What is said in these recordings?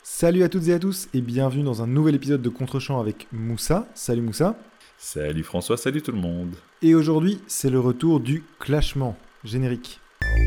Salut à toutes et à tous et bienvenue dans un nouvel épisode de Contre-champ avec Moussa. Salut Moussa. Salut François, salut tout le monde. Et aujourd'hui, c'est le retour du clashement générique.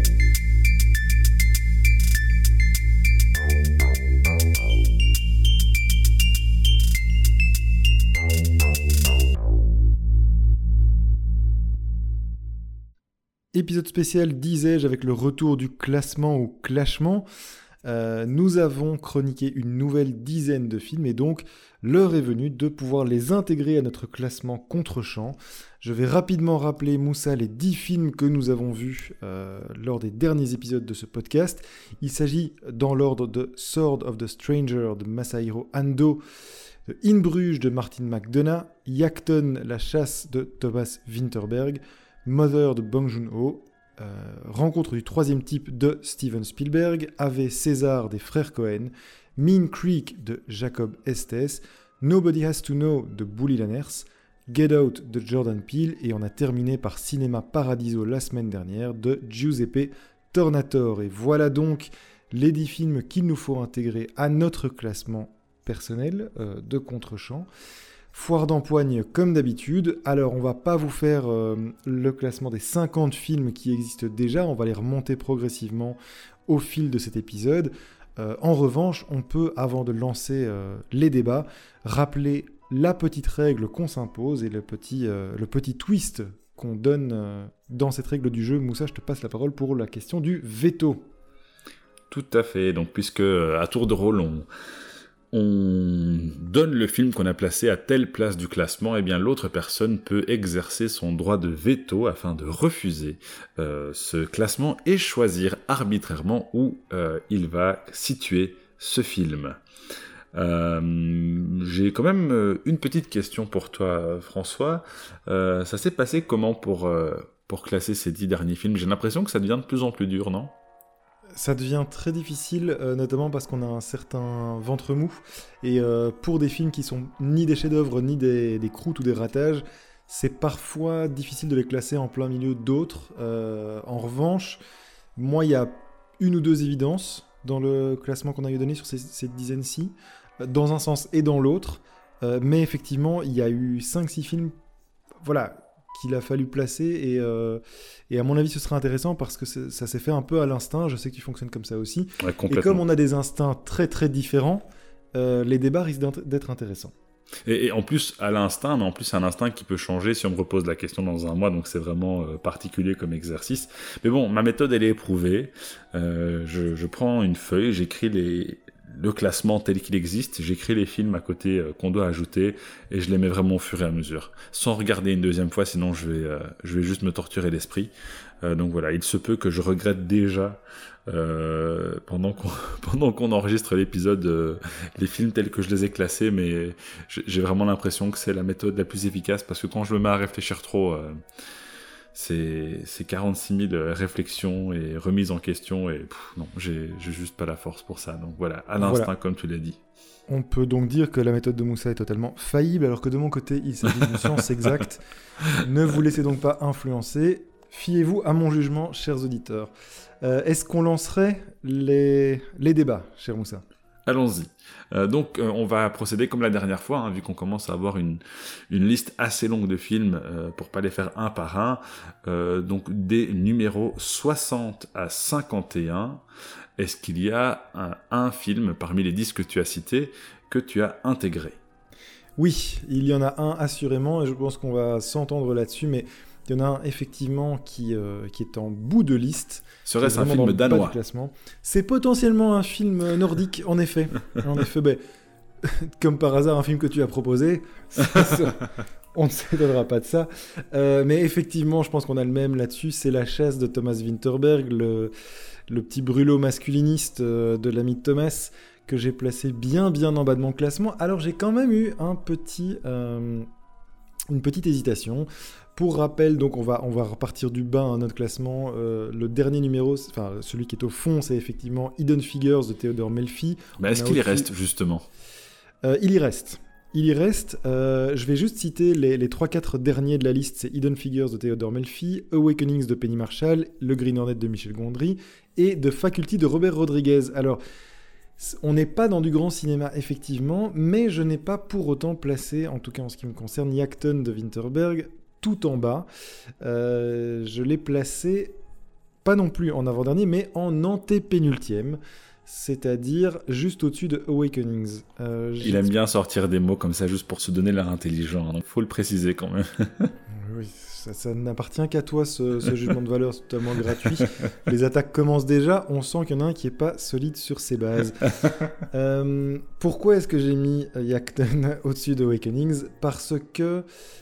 Épisode spécial, disais-je, avec le retour du classement ou clashement. Nous avons chroniqué une nouvelle dizaine de films et donc l'heure est venue de pouvoir les intégrer à notre classement contre-champ. Je vais rapidement rappeler, Moussa, les 10 films que nous avons vus lors des derniers épisodes de ce podcast. Il s'agit dans l'ordre de Sword of the Stranger de Masahiro Ando, de In Bruges de Martin McDonagh, Yachtun, La chasse de Thomas Vinterberg, Mother de Bong Joon-ho, Rencontre du troisième type de Steven Spielberg, Ave César des frères Cohen, Mean Creek de Jacob Estes, Nobody Has to Know de Bully Lanners, Get Out de Jordan Peele et on a terminé par Cinéma Paradiso la semaine dernière de Giuseppe Tornatore. Et voilà donc les 10 films qu'il nous faut intégrer à notre classement personnel de contre-champ. Foire d'empoigne comme d'habitude. Alors on va pas vous faire le classement des 50 films qui existent déjà, on va les remonter progressivement au fil de cet épisode. En revanche, on peut, avant de lancer les débats, rappeler la petite règle qu'on s'impose et le petit twist qu'on donne dans cette règle du jeu. Moussa, je te passe la parole pour la question du veto. Tout à fait, donc puisque à tour de rôle on donne le film qu'on a placé à telle place du classement, et bien l'autre personne peut exercer son droit de veto afin de refuser ce classement et choisir arbitrairement où il va situer ce film. J'ai quand même une petite question pour toi, François. Ça s'est passé comment pour classer ces 10 derniers films ? J'ai l'impression que ça devient de plus en plus dur, non ? Ça devient très difficile, notamment parce qu'on a un certain ventre mou. Et pour des films qui sont ni des chefs-d'œuvre, ni des croûtes ou des ratages, c'est parfois difficile de les classer en plein milieu d'autres. En revanche, moi, il y a une ou deux évidences dans le classement qu'on a donné sur ces dizaines-ci, dans un sens et dans l'autre. Mais effectivement, il y a eu 5-6 films, voilà, qu'il a fallu placer et à mon avis ce sera intéressant parce que ça s'est fait un peu à l'instinct. Je sais que tu fonctionnes comme ça aussi, ouais, et comme on a des instincts très très différents, les débats risquent d'être intéressants et en plus à l'instinct, mais en plus c'est un instinct qui peut changer si on me repose la question dans un mois, donc c'est vraiment particulier comme exercice. Mais bon, ma méthode elle est éprouvée. Je prends une feuille, j'écris le classement tel qu'il existe, j'écris les films à côté qu'on doit ajouter et je les mets vraiment au fur et à mesure, sans regarder une deuxième fois, sinon je vais juste me torturer l'esprit. Donc voilà, il se peut que je regrette déjà pendant qu'on enregistre l'épisode les films tels que je les ai classés, mais j'ai vraiment l'impression que c'est la méthode la plus efficace parce que quand je me mets à réfléchir trop, c'est 46 000 réflexions et remises en question et non, j'ai juste pas la force pour ça. Donc voilà, à l'instinct, voilà. Comme tu l'as dit. On peut donc dire que la méthode de Moussa est totalement faillible, alors que de mon côté, il s'agit d'une science exacte. Ne vous laissez donc pas influencer. Fiez-vous à mon jugement, chers auditeurs. Est-ce qu'on lancerait les débats, cher Moussa ? Allons-y. Donc, on va procéder comme la dernière fois, hein, vu qu'on commence à avoir une liste assez longue de films, pour pas les faire un par un. Donc, des numéros 60 à 51. Est-ce qu'il y a un film parmi les 10 que tu as cités que tu as intégré ? Oui, il y en a un assurément, et je pense qu'on va s'entendre là-dessus, mais il y en a un effectivement qui est en bout de liste. Serait-ce un film danois ? C'est potentiellement un film nordique, en effet. Comme par hasard, un film que tu as proposé. On ne s'étonnera pas de ça. Mais effectivement, je pense qu'on a le même là-dessus. C'est La chasse de Thomas Vinterberg, le petit brûlot masculiniste de l'ami de Thomas, que j'ai placé bien en bas de mon classement. Alors j'ai quand même eu une petite hésitation. Pour rappel, donc on va repartir du bas à notre classement. Le dernier numéro, enfin celui qui est au fond, c'est effectivement Hidden Figures de Theodore Melfi. Mais est-ce qu'il y reste justement ? Il y reste. Je vais juste citer les 3-4 derniers de la liste. C'est Hidden Figures de Theodore Melfi, Awakenings de Penny Marshall, Le Green Hornet de Michel Gondry et The Faculty de Robert Rodriguez. Alors, On n'est pas dans du grand cinéma, effectivement, mais je n'ai pas pour autant placé, en tout cas en ce qui me concerne, Yachten de Winterberg tout en bas. Je l'ai placé, pas non plus en avant-dernier, mais en antépénultième, c'est-à-dire juste au-dessus de Awakenings. Il aime bien sortir des mots comme ça juste pour se donner l'air intelligent, donc faut le préciser quand même. Oui, ça n'appartient qu'à toi, ce jugement de valeur, c'est totalement gratuit. Les attaques commencent déjà, on sent qu'il y en a un qui n'est pas solide sur ses bases. Pourquoi est-ce que j'ai mis Yachten au-dessus d'Awakenings ? Parce que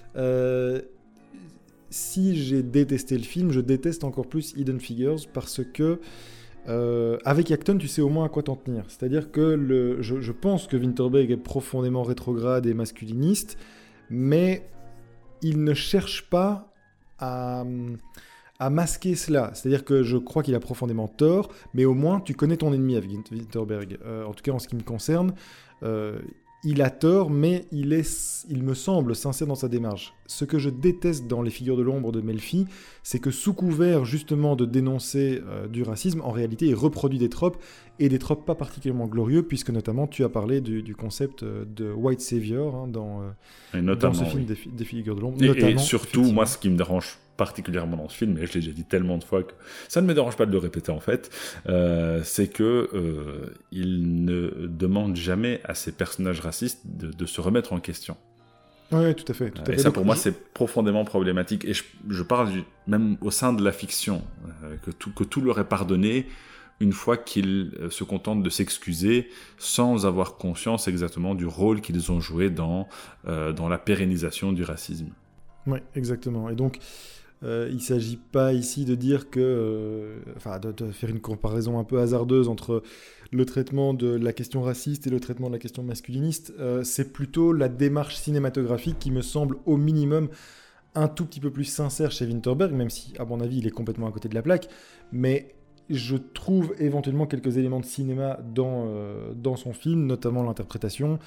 si j'ai détesté le film, je déteste encore plus Hidden Figures, parce que avec Yachten, tu sais au moins à quoi t'en tenir. C'est-à-dire que je pense que Winterberg est profondément rétrograde et masculiniste, mais il ne cherche pas à masquer cela. C'est-à-dire que je crois qu'il a profondément tort, mais au moins tu connais ton ennemi avec Winterberg. En tout cas, en ce qui me concerne, il a tort, mais il me semble sincère dans sa démarche. Ce que je déteste dans Les Figures de l'ombre de Melfi, c'est que sous couvert justement de dénoncer du racisme, en réalité il reproduit des tropes, et des tropes pas particulièrement glorieux, puisque notamment tu as parlé du concept de White Savior hein, dans ce film des Figures de l'ombre. Et surtout, moi ce qui me dérange particulièrement dans ce film, et je l'ai déjà dit tellement de fois que ça ne me dérange pas de le répéter en fait, c'est que il ne demande jamais à ces personnages racistes de se remettre en question. Oui, tout à fait. Et ça, pour moi, c'est profondément problématique. Et je parle même au sein de la fiction, que tout leur est pardonné une fois qu'ils se contentent de s'excuser sans avoir conscience exactement du rôle qu'ils ont joué dans la pérennisation du racisme. Oui, exactement. Et donc, il ne s'agit pas ici de dire que... de faire une comparaison un peu hasardeuse entre le traitement de la question raciste et le traitement de la question masculiniste. C'est plutôt la démarche cinématographique qui me semble au minimum un tout petit peu plus sincère chez Winterberg, même si, à mon avis, il est complètement à côté de la plaque. Mais je trouve éventuellement quelques éléments de cinéma dans son film, notamment l'interprétation,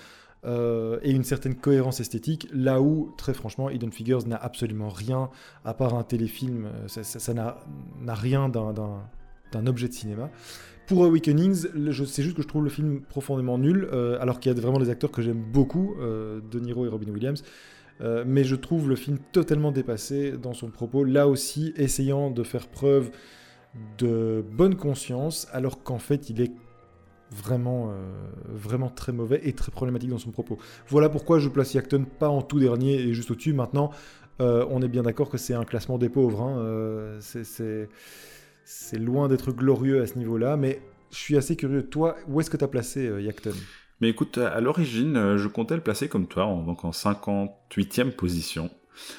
et une certaine cohérence esthétique, là où, très franchement, Hidden Figures n'a absolument rien, à part un téléfilm, ça n'a rien d'un objet de cinéma. Pour Awakenings, c'est juste que je trouve le film profondément nul, alors qu'il y a vraiment des acteurs que j'aime beaucoup, De Niro et Robin Williams, mais je trouve le film totalement dépassé dans son propos, là aussi essayant de faire preuve de bonne conscience, alors qu'en fait il est vraiment très mauvais et très problématique dans son propos. Voilà pourquoi je place Yachten pas en tout dernier et juste au-dessus. Maintenant, on est bien d'accord que c'est un classement des pauvres. Hein. C'est loin d'être glorieux à ce niveau-là, mais je suis assez curieux. Toi, où est-ce que tu as placé Yachten ? Mais écoute, à l'origine, je comptais le placer comme toi, donc en 58e position.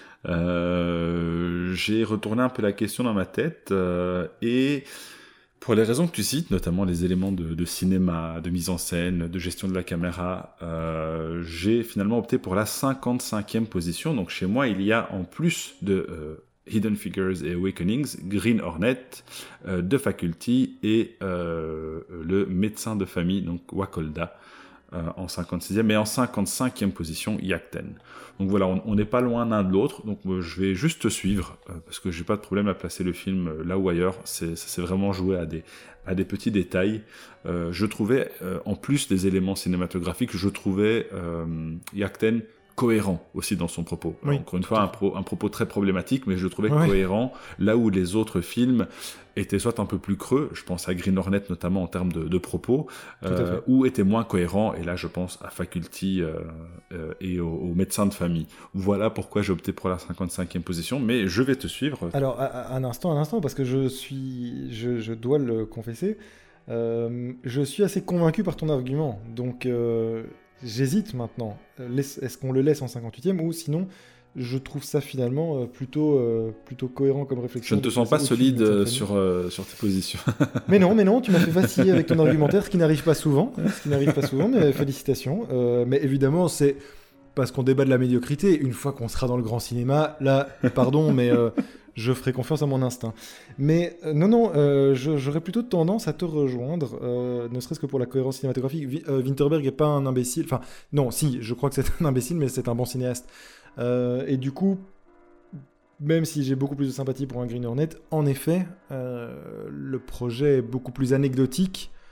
J'ai retourné un peu la question dans ma tête et pour les raisons que tu cites, notamment les éléments de cinéma, de mise en scène, de gestion de la caméra, j'ai finalement opté pour la 55e position. Donc chez moi, il y a en plus de Hidden Figures et Awakenings, Green Hornet, The Faculty et le médecin de famille, donc Wakolda, en 56e, et en 55e position, Yachten. Donc voilà, on n'est pas loin l'un de l'autre, donc je vais juste te suivre, parce que j'ai pas de problème à placer le film là ou ailleurs, c'est vraiment joué à des petits détails. Je trouvais, en plus des éléments cinématographiques, je trouvais Yachten cohérent aussi dans son propos. Oui. Encore une fois, un propos très problématique, mais je le trouvais cohérent, là où les autres films étaient soit un peu plus creux, je pense à Green Hornet notamment en termes de propos, ou étaient moins cohérents, et là je pense à Faculty et au médecin de famille. Voilà pourquoi j'ai opté pour la 55e position, mais je vais te suivre. Alors, un instant, parce que je dois le confesser, je suis assez convaincu par ton argument, donc j'hésite maintenant. Est-ce qu'on le laisse en 58e, ou sinon je trouve ça finalement plutôt cohérent comme réflexion. Je ne te sens pas solide sur tes positions. Mais non, tu m'as fait vaciller avec ton argumentaire, ce qui n'arrive pas souvent, mais félicitations. Mais évidemment, c'est parce qu'on débat de la médiocrité. Une fois qu'on sera dans le grand cinéma, là, pardon, mais je ferai confiance à mon instinct. Mais j'aurais plutôt tendance à te rejoindre, ne serait-ce que pour la cohérence cinématographique. Winterberg n'est pas un imbécile. Enfin, non, si, je crois que c'est un imbécile, mais c'est un bon cinéaste. Et du coup, même si j'ai beaucoup plus de sympathie pour un Green Hornet, en effet, le projet est beaucoup plus anecdotique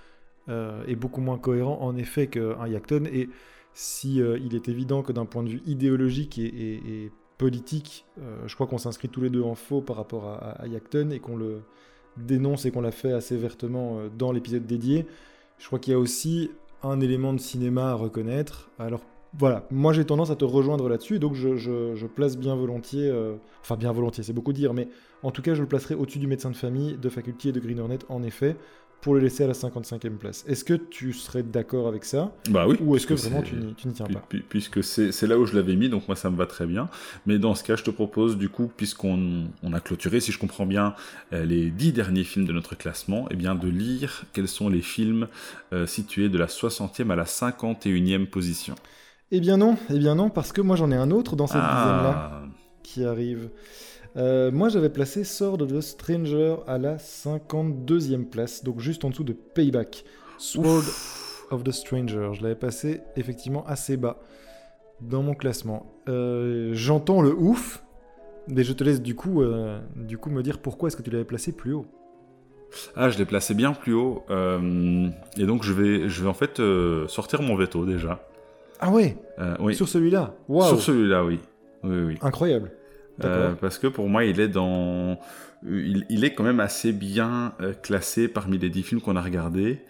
est beaucoup moins cohérent en effet qu'un Yachten. Et si il est évident que d'un point de vue idéologique et politique, je crois qu'on s'inscrit tous les deux en faux par rapport à Yachten et qu'on le dénonce et qu'on l'a fait assez vertement dans l'épisode dédié, je crois qu'il y a aussi un élément de cinéma à reconnaître. Alors voilà, moi j'ai tendance à te rejoindre là-dessus, donc je place bien volontiers, enfin bien volontiers, c'est beaucoup dire, mais en tout cas je le placerai au-dessus du Médecin de famille, de Faculty et de Green Hornet, en effet, pour le laisser à la 55e place. Est-ce que tu serais d'accord avec ça ? Bah oui. Ou est-ce que vraiment tu n'y tiens pas ? Puisque c'est là où je l'avais mis, donc moi ça me va très bien. Mais dans ce cas, je te propose du coup, puisqu'on a clôturé, si je comprends bien, les 10 derniers films de notre classement, eh bien de lire quels sont les films situés de la 60e à la 51e position. Eh bien non, parce que moi j'en ai un autre dans cette dizaine-là qui arrive. Moi j'avais placé Sword of the Stranger à la 52e place, donc juste en dessous de Payback. Sword of the Stranger, je l'avais passé effectivement assez bas dans mon classement. J'entends le ouf, mais je te laisse du coup me dire pourquoi est-ce que tu l'avais placé plus haut. Ah, je l'ai placé bien plus haut, et donc je vais en fait sortir mon veto déjà. Ah ouais, oui. Sur celui-là. Wow. Sur celui-là, oui. Oui. Incroyable. Parce que pour moi, il est quand même assez bien classé parmi les 10 films qu'on a regardés.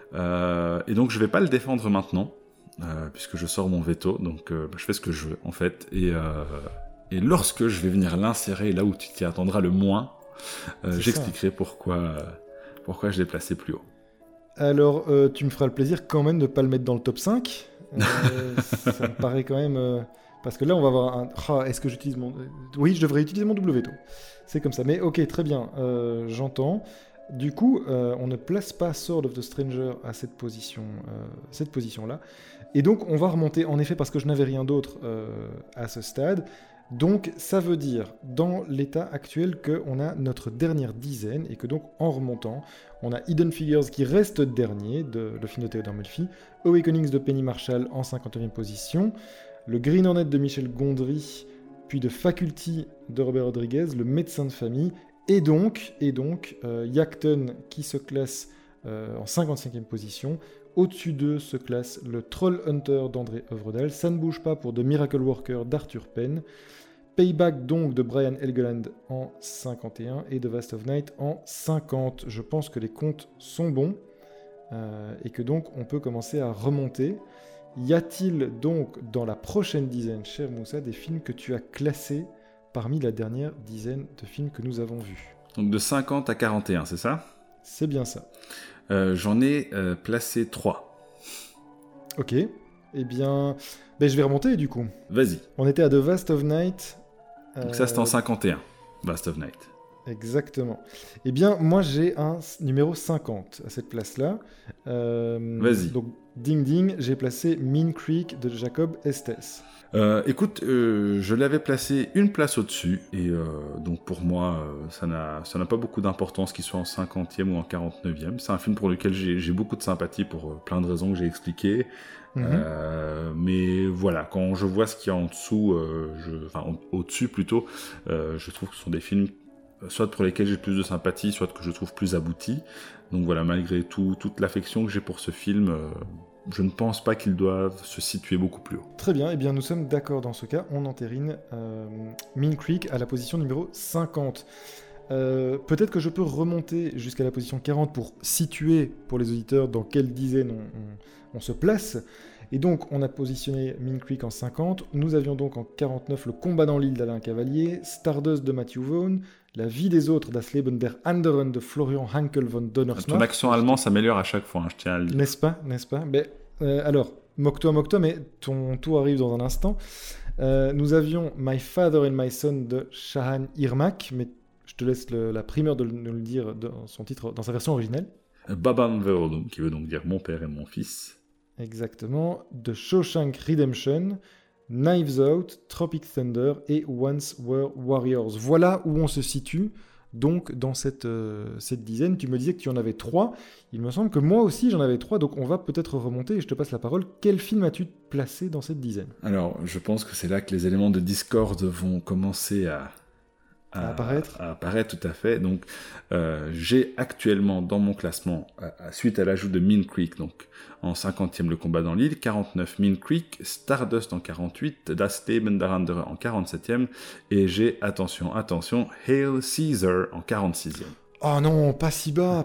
Et donc, je vais pas le défendre maintenant, puisque je sors mon veto. Donc, je fais ce que je veux, en fait. Et lorsque je vais venir l'insérer là où tu t'y attendras le moins, j'expliquerai pourquoi je l'ai placé plus haut. Alors, tu me feras le plaisir quand même de ne pas le mettre dans le top 5. Ça me paraît quand même... Parce que là, on va avoir un... Ah, est-ce que j'utilise mon... Oui, je devrais utiliser mon double veto. C'est comme ça. Mais ok, très bien, j'entends. Du coup, on ne place pas Sword of the Stranger à cette position-là. Et donc, on va remonter, en effet, parce que je n'avais rien d'autre à ce stade. Donc, ça veut dire, dans l'état actuel, qu'on a notre dernière dizaine, et que donc, en remontant, on a Hidden Figures qui reste dernier, le film de Theodore Melfi, Awakenings de Penny Marshall en 59e position, le Green Hornet de Michel Gondry, puis de Faculty de Robert Rodriguez, le Médecin de famille, et donc Yachten qui se classe en 55e position. Au-dessus d'eux se classe le Troll Hunter d'André Œuvredal, Ça ne bouge pas pour The Miracle Worker d'Arthur Penn, Payback donc de Brian Helgeland en 51 et The Vast of Night en 50. Je pense que les comptes sont bons et que donc on peut commencer à remonter. Y a-t-il donc dans la prochaine dizaine, cher Moussa, des films que tu as classés parmi la dernière dizaine de films que nous avons vus ? Donc de 50 à 41, c'est ça ? C'est bien ça. J'en ai placé 3. Ok. Eh bien, je vais remonter du coup. Vas-y. On était à The Vast of Night. Donc ça, c'était en 51, Vast of Night. Exactement. Eh bien, moi, j'ai un numéro 50 à cette place-là. Vas-y. Donc, ding ding, j'ai placé Mean Creek de Jacob Estes. Écoute, je l'avais placé une place au-dessus, et donc pour moi, ça n'a pas beaucoup d'importance qu'il soit en 50e ou en 49e. C'est un film pour lequel j'ai beaucoup de sympathie pour plein de raisons que j'ai expliquées. Mais voilà, quand je vois ce qu'il y a en dessous, au-dessus plutôt, je trouve que ce sont des films soit pour lesquels j'ai plus de sympathie, soit que je trouve plus aboutis. Donc voilà, malgré toute l'affection que j'ai pour ce film, je ne pense pas qu'ils doivent se situer beaucoup plus haut. Très bien, eh bien nous sommes d'accord dans ce cas, on entérine Mean Creek à la position numéro 50. Peut-être que je peux remonter jusqu'à la position 40 pour situer pour les auditeurs dans quelle dizaine on se place. Et donc on a positionné Mean Creek en 50, nous avions donc en 49 Le combat dans l'île d'Alain Cavalier, Stardust de Matthew Vaughn, La vie des autres Das Leben der Anderen de Florian Hankel von Donnersmarck. Ton accent allemand s'améliore à chaque fois, je tiens à le dire. N'est-ce pas alors, moque-toi, mais ton tour arrive dans un instant. Nous avions My Father and My Son de Shahan Irmak, mais je te laisse la primeur de nous le dire dans son titre, dans sa version originale. Baban Veolum, qui veut donc dire Mon père et mon fils. Exactement. De Shawshank Redemption, Knives Out, Tropic Thunder et Once Were Warriors. Voilà où on se situe. Donc, dans cette dizaine, tu me disais que tu en avais 3. Il me semble que moi aussi, j'en avais 3. Donc, on va peut-être remonter et je te passe la parole. Quel film as-tu placé dans cette dizaine ? Alors, je pense que c'est là que les éléments de discorde vont commencer à apparaître, tout à fait. Donc, j'ai actuellement dans mon classement, suite à l'ajout de Mean Creek, donc en 50e Le Combat dans l'île, 49 Mean Creek, Stardust en 48, Das Leben der Anderen en 47e, et j'ai, attention, Hail Caesar en 46e. Oh non, pas si bas.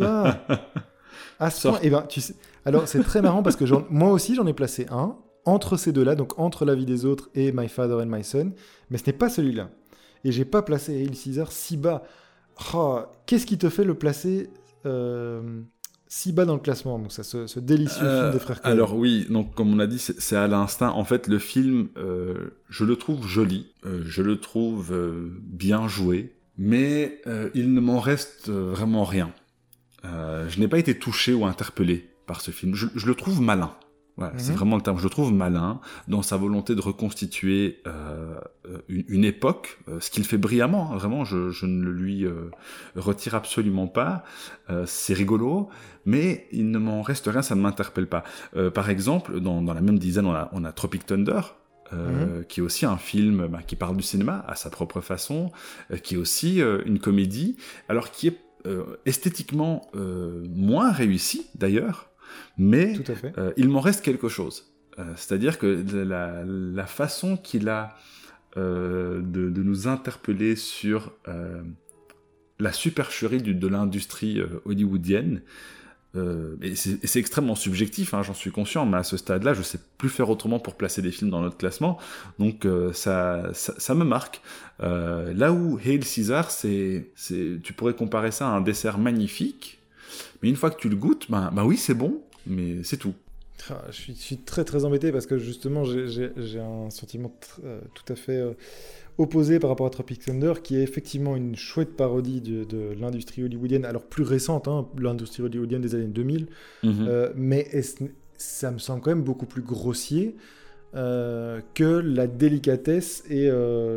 À ce point, tu sais... Alors, c'est très marrant parce que moi aussi, j'en ai placé un entre ces deux-là, donc entre La vie des autres et My Father and My Son, mais ce n'est pas celui-là. Et j'ai pas placé Hail Caesar si bas. Oh, qu'est-ce qui te fait le placer si bas dans le classement, donc ça, ce délicieux film des frères Coen? Alors oui, donc comme on a dit, c'est à l'instinct. En fait, le film, je le trouve joli, je le trouve bien joué, mais il ne m'en reste vraiment rien. Je n'ai pas été touché ou interpellé par ce film. Je le trouve malin. Ouais, c'est vraiment le terme. Je le trouve malin dans sa volonté de reconstituer une époque, ce qu'il fait brillamment. Hein, vraiment, je ne le lui retire absolument pas. C'est rigolo, mais il ne m'en reste rien, ça ne m'interpelle pas. Par exemple, dans la même dizaine, on a Tropic Thunder, qui est aussi un film qui parle du cinéma à sa propre façon, qui est aussi une comédie, alors qui est esthétiquement moins réussi d'ailleurs. Mais il m'en reste quelque chose. C'est-à-dire que la façon qu'il a de nous interpeller sur la supercherie de l'industrie hollywoodienne, et c'est extrêmement subjectif, hein, j'en suis conscient, mais à ce stade-là, je ne sais plus faire autrement pour placer des films dans notre classement, donc ça me marque. Là où Hail Caesar, tu pourrais comparer ça à un dessert magnifique, mais une fois que tu le goûtes, ben oui, c'est bon, mais c'est tout. Je suis très très embêté parce que justement j'ai un sentiment tout à fait opposé par rapport à Tropic Thunder, qui est effectivement une chouette parodie de l'industrie hollywoodienne, alors plus récente, hein, l'industrie hollywoodienne des années 2000, mais ça me semble quand même beaucoup plus grossier que la délicatesse et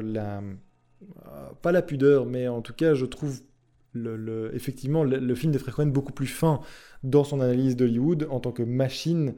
pas la pudeur, mais en tout cas je trouve effectivement le film des frères Coen beaucoup plus fin dans son analyse d'Hollywood en tant que machine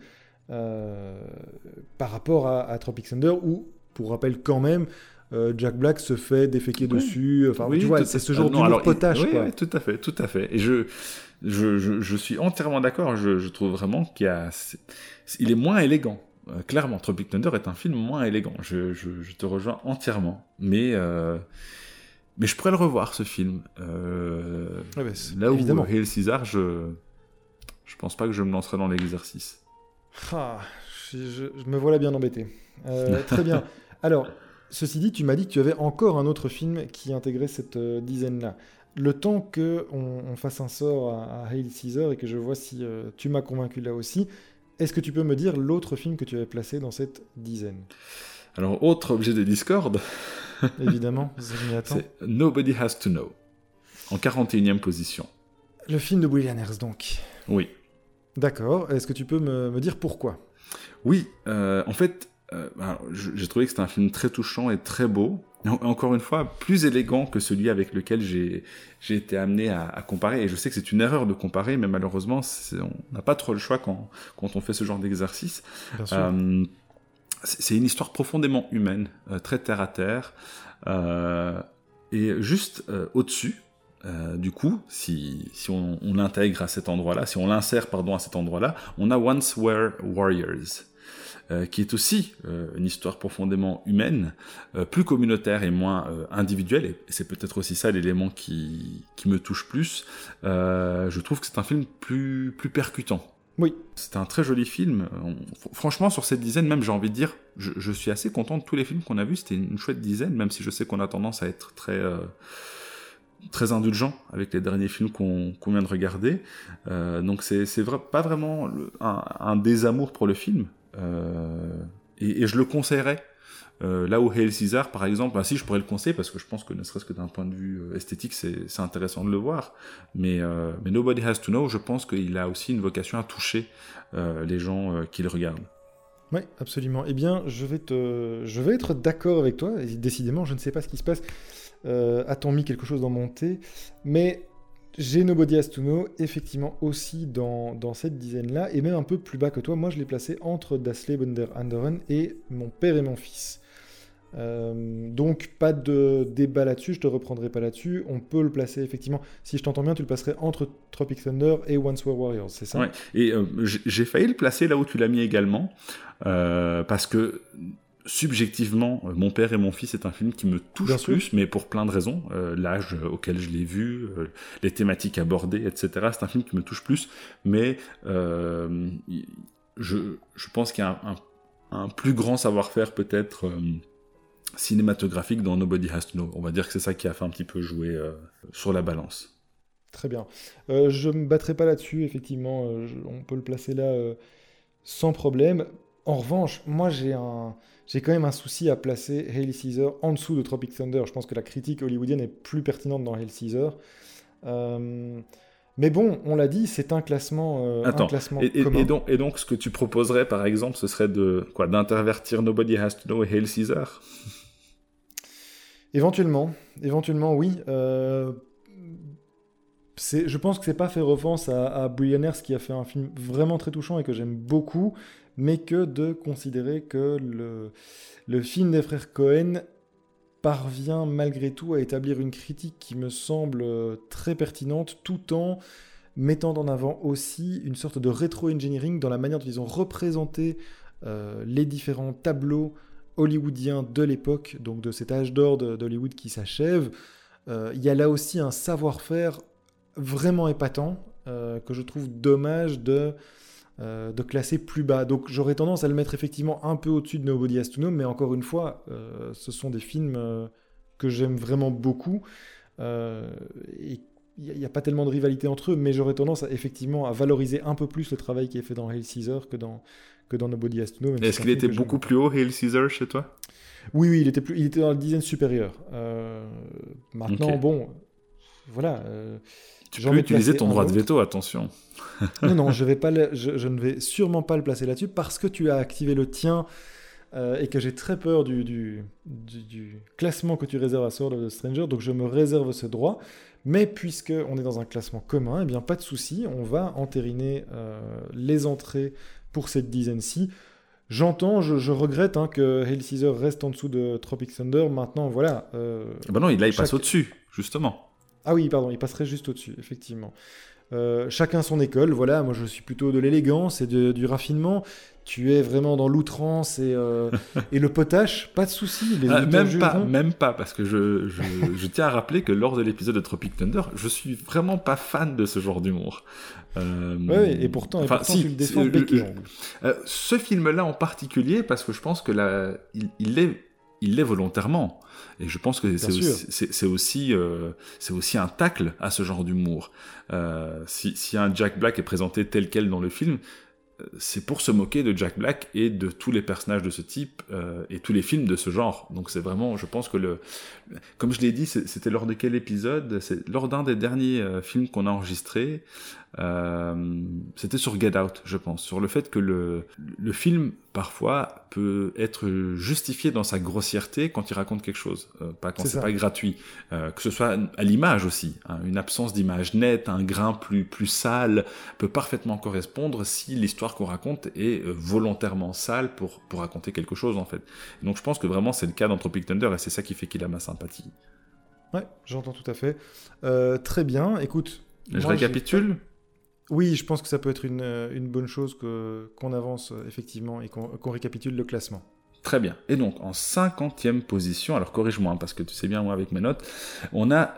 par rapport à Tropic Thunder, où, pour rappel quand même, Jack Black se fait déféquer dessus. Enfin, tu vois, c'est ce genre d'humour potache. Oui, tout à fait. Et je suis entièrement d'accord. Je trouve vraiment qu'il est moins élégant. Clairement, Tropic Thunder est un film moins élégant. Je te rejoins entièrement. Mais je pourrais le revoir, ce film. Là évidemment. Où Hail Caesar, je pense pas que je me lancerai dans l'exercice. Je me voilà bien embêté. Très bien. Alors, ceci dit, tu m'as dit que tu avais encore un autre film qui intégrait cette dizaine-là. Le temps qu'on fasse un sort à Hail Caesar et que je vois si tu m'as convaincu là aussi, est-ce que tu peux me dire l'autre film que tu avais placé dans cette dizaine? Alors, autre objet de discorde. Évidemment, je m'y attends. C'est Nobody Has to Know, en 41e position. Le film de Will Ehlers, donc. Oui. D'accord. Est-ce que tu peux me dire pourquoi? Oui, en fait, j'ai trouvé que c'était un film très touchant et très beau. Et encore une fois, plus élégant que celui avec lequel j'ai été amené à comparer. Et je sais que c'est une erreur de comparer, mais malheureusement, on n'a pas trop le choix quand on fait ce genre d'exercice. Bien sûr. C'est une histoire profondément humaine, très terre à terre. Et juste au-dessus, du coup, si on l'intègre à cet endroit-là, si on l'insère à cet endroit-là, on a Once Were Warriors, qui est aussi une histoire profondément humaine, plus communautaire et moins individuelle, et c'est peut-être aussi ça l'élément qui me touche plus. Je trouve que c'est un film plus percutant. Oui. C'est un très joli film. Franchement, sur cette dizaine, même, j'ai envie de dire, je suis assez content de tous les films qu'on a vus. C'était une chouette dizaine, même si je sais qu'on a tendance à être très indulgent avec les derniers films qu'on vient de regarder. Donc c'est pas vraiment un désamour pour le film. Et je le conseillerais. Là où Hail Caesar, par exemple, si je pourrais le conseiller, parce que je pense que ne serait-ce que d'un point de vue esthétique, c'est intéressant de le voir. Mais Nobody Has to Know, je pense qu'il a aussi une vocation à toucher les gens qui le regardent. Oui, absolument. Eh bien, je vais être d'accord avec toi. Et décidément, je ne sais pas ce qui se passe. A-t-on mis quelque chose dans mon thé? Mais j'ai Nobody Has to Know, effectivement, aussi dans cette dizaine-là, et même un peu plus bas que toi. Moi, je l'ai placé entre Das Leben der Anderen et Mon Père et Mon Fils. Donc pas de débat là-dessus, je te reprendrai pas là-dessus. On peut le placer effectivement, si je t'entends bien, tu le placerais entre Tropic Thunder et Once Were Warriors, c'est ça? Ouais. Et j'ai failli le placer là où tu l'as mis également, parce que subjectivement, Mon père et mon fils est un film qui me touche plus, mais pour plein de raisons. L'âge auquel je l'ai vu, les thématiques abordées, etc. C'est un film qui me touche plus, mais je pense qu'il y a un plus grand savoir-faire peut-être cinématographique dans Nobody Has to Know. On va dire que c'est ça qui a fait un petit peu jouer sur la balance. Très bien. Je me battrai pas là-dessus, effectivement. On peut le placer là sans problème. En revanche, moi j'ai quand même un souci à placer Hail Caesar en dessous de Tropic Thunder. Je pense que la critique hollywoodienne est plus pertinente dans Hail Caesar. Mais bon, on l'a dit, c'est un classement, commun. Et donc, ce que tu proposerais, par exemple, ce serait d'intervertir Nobody Has to Know et Hail Caesar? Éventuellement, oui. Je pense que c'est pas faire offense à Brie Earnest, qui a fait un film vraiment très touchant et que j'aime beaucoup, mais que de considérer que le film des frères Cohen parvient malgré tout à établir une critique qui me semble très pertinente, tout en mettant en avant aussi une sorte de rétro-engineering dans la manière dont ils ont représenté les différents tableaux hollywoodiens de l'époque, donc de cet âge d'or d'Hollywood qui s'achève. Il y a là aussi un savoir-faire vraiment épatant que je trouve dommage de classer plus bas. Donc j'aurais tendance à le mettre effectivement un peu au-dessus de Nobody Has to Know, mais encore une fois, ce sont des films que j'aime vraiment beaucoup. Et il n'y a pas tellement de rivalité entre eux, mais j'aurais tendance effectivement à valoriser un peu plus le travail qui est fait dans Hail Caesar que dans Nobody Has to Know. Est-ce qu'il était beaucoup plus haut, Hail Caesar, chez toi? Oui, il était dans la dizaine supérieure. Maintenant, bon, voilà. Tu peux utiliser ton droit de veto, attention. Non, je ne vais sûrement pas le placer là-dessus parce que tu as activé le tien et que j'ai très peur du classement que tu réserves à Sword of the Stranger, donc je me réserve ce droit. Mais puisque on est dans un classement commun, eh bien pas de souci, on va entériner les entrées pour cette dizaine-ci. J'entends, je regrette que Hail Caesar reste en dessous de Tropic Thunder. Maintenant, voilà. Non, là, il passe au-dessus, justement. Ah oui, pardon, il passerait juste au-dessus, effectivement. Chacun son école, voilà. Moi, je suis plutôt de l'élégance et du raffinement. Tu es vraiment dans l'outrance et le potache, pas de souci. Même pas, parce que je tiens à rappeler que lors de l'épisode de Tropic Thunder, je suis vraiment pas fan de ce genre d'humour. Oui, et pourtant tu le défends bec et ongle. Ce film-là en particulier, parce que je pense que là, il l'est volontairement. Et je pense que c'est aussi un tacle à ce genre d'humour. Si un Jack Black est présenté tel quel dans le film, c'est pour se moquer de Jack Black et de tous les personnages de ce type et tous les films de ce genre. Donc c'est vraiment, je pense que comme je l'ai dit, c'était lors de quel épisode? C'est lors d'un des derniers films qu'on a enregistrés. C'était sur Get Out, je pense, sur le fait que le film parfois peut être justifié dans sa grossièreté quand il raconte quelque chose, pas quand c'est pas gratuit, que ce soit à l'image aussi, une absence d'image nette, un grain plus sale peut parfaitement correspondre si l'histoire qu'on raconte est volontairement sale pour raconter quelque chose en fait. Et donc je pense que vraiment c'est le cas dans Tropic Thunder et c'est ça qui fait qu'il a ma sympathie. Ouais, j'entends tout à fait. Très bien, écoute. Je récapitule. Oui, je pense que ça peut être une bonne chose qu'on avance effectivement et qu'on récapitule le classement. Très bien. Et donc, en 50e position, alors corrige-moi, parce que tu sais bien, moi, avec mes notes, on a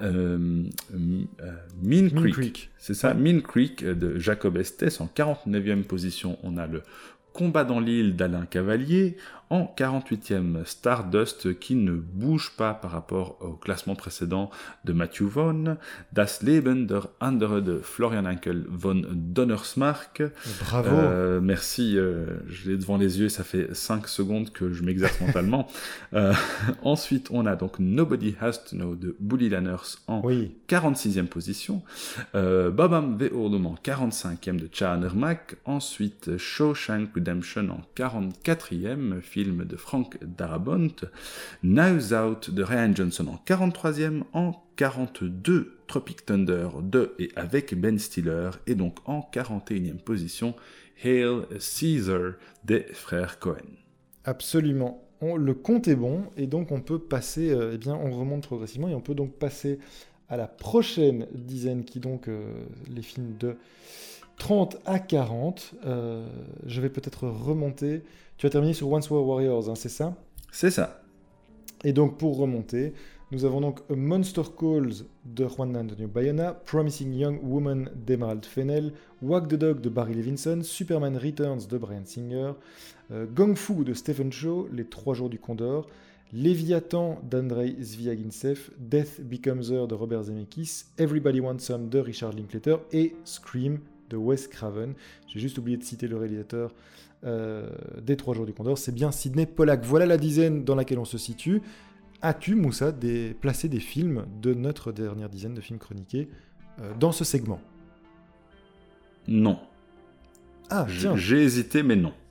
Mean Creek. C'est ça, ouais. Mean Creek de Jacob Estes. En 49e position, on a le Combat dans l'île d'Alain Cavalier. En 48e, Stardust, qui ne bouge pas par rapport au classement précédent de Matthew Vaughn. Das Leben der Andere de Florian Henkel von Donnersmarck. Bravo. Merci, je l'ai devant les yeux, ça fait 5 secondes que je m'exerce mentalement. Ensuite, on a donc Nobody Has to Know de Bully Lanners en 46e position. Babam Ve'ordum en 45e de Chahan Ermak. Ensuite, Shawshank Redemption en 44e, film de Frank Darabont. Knives Out de Rian Johnson en 43e. En 42, Tropic Thunder de et avec Ben Stiller. Et donc en 41e position, Hail Caesar des frères Cohen. Absolument. le compte est bon et donc on peut passer, on remonte progressivement et on peut donc passer à la prochaine dizaine qui donc les films de 30 à 40. Je vais peut-être remonter. Tu as terminé sur Once Were Warriors, hein, c'est ça ? C'est ça. Et donc pour remonter, nous avons donc A Monster Calls de Juan Antonio Bayona, Promising Young Woman d'Emerald Fennell, Wag the Dog de Barry Levinson, Superman Returns de Bryan Singer, Gong Fu de Stephen Chow, Les 3 jours du Condor, Léviathan d'Andrei Zvyagintsev, Death Becomes Her de Robert Zemeckis, Everybody Wants Some de Richard Linklater et Scream de Wes Craven. J'ai juste oublié de citer le réalisateur des 3 jours du Condor, c'est bien Sidney Pollack. Voilà la dizaine dans laquelle on se situe. As-tu, Moussa, placé des films de notre dernière dizaine de films chroniqués dans ce segment ? Non. Ah, tiens. J'ai hésité, mais non.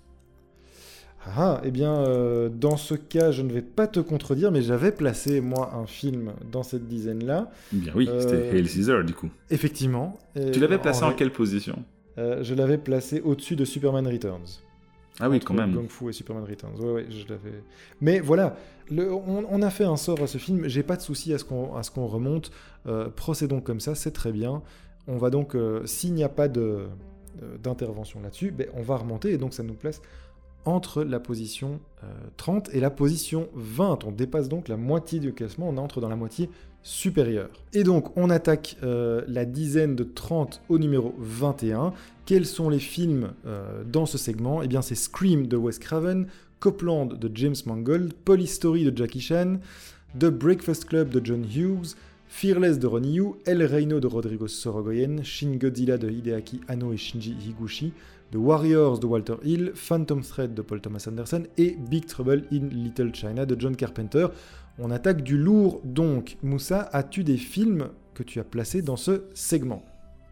Dans ce cas, je ne vais pas te contredire, mais j'avais placé, moi, un film dans cette dizaine-là. Bien oui, c'était Hail Caesar, du coup. Effectivement. Tu l'avais placé en quelle position ? Je l'avais placé au-dessus de Superman Returns. Ah oui, quand même. Kung Fu et Superman Returns. Ouais, je l'avais. Mais voilà, on a fait un sort à ce film. J'ai pas de souci à ce qu'on remonte. Procédons comme ça, c'est très bien. On va donc, s'il n'y a pas d'intervention là-dessus, on va remonter et donc ça nous place entre la position 30 et la position 20. On dépasse donc la moitié du classement. On entre dans la moitié supérieure. Et donc, on attaque la dizaine de 30 au numéro 21. Quels sont les films dans ce segment ? Eh bien, c'est Scream de Wes Craven, Copland de James Mangold, Police Story de Jackie Chan, The Breakfast Club de John Hughes, Fearless de Ronnie Yu, El Reino de Rodrigo Sorogoyen, Shin Godzilla de Hideaki Anno et Shinji Higuchi, The Warriors de Walter Hill, Phantom Thread de Paul Thomas Anderson et Big Trouble in Little China de John Carpenter. On attaque du lourd donc. Moussa, as-tu des films que tu as placés dans ce segment ?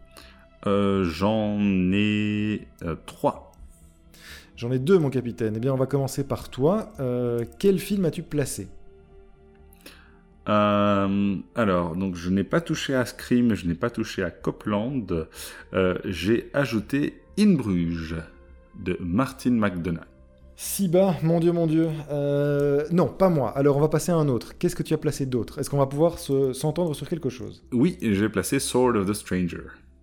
J'en ai 3. J'en ai 2, mon capitaine. Eh bien, on va commencer par toi. Quel film as-tu placé ? Alors, donc je n'ai pas touché à Scream, je n'ai pas touché à Copland. J'ai ajouté In Bruges de Martin McDonagh. Si bas, mon Dieu. Non, pas moi. Alors, on va passer à un autre. Qu'est-ce que tu as placé d'autre ? Est-ce qu'on va pouvoir s'entendre sur quelque chose ? Oui, j'ai placé Sword of the Stranger.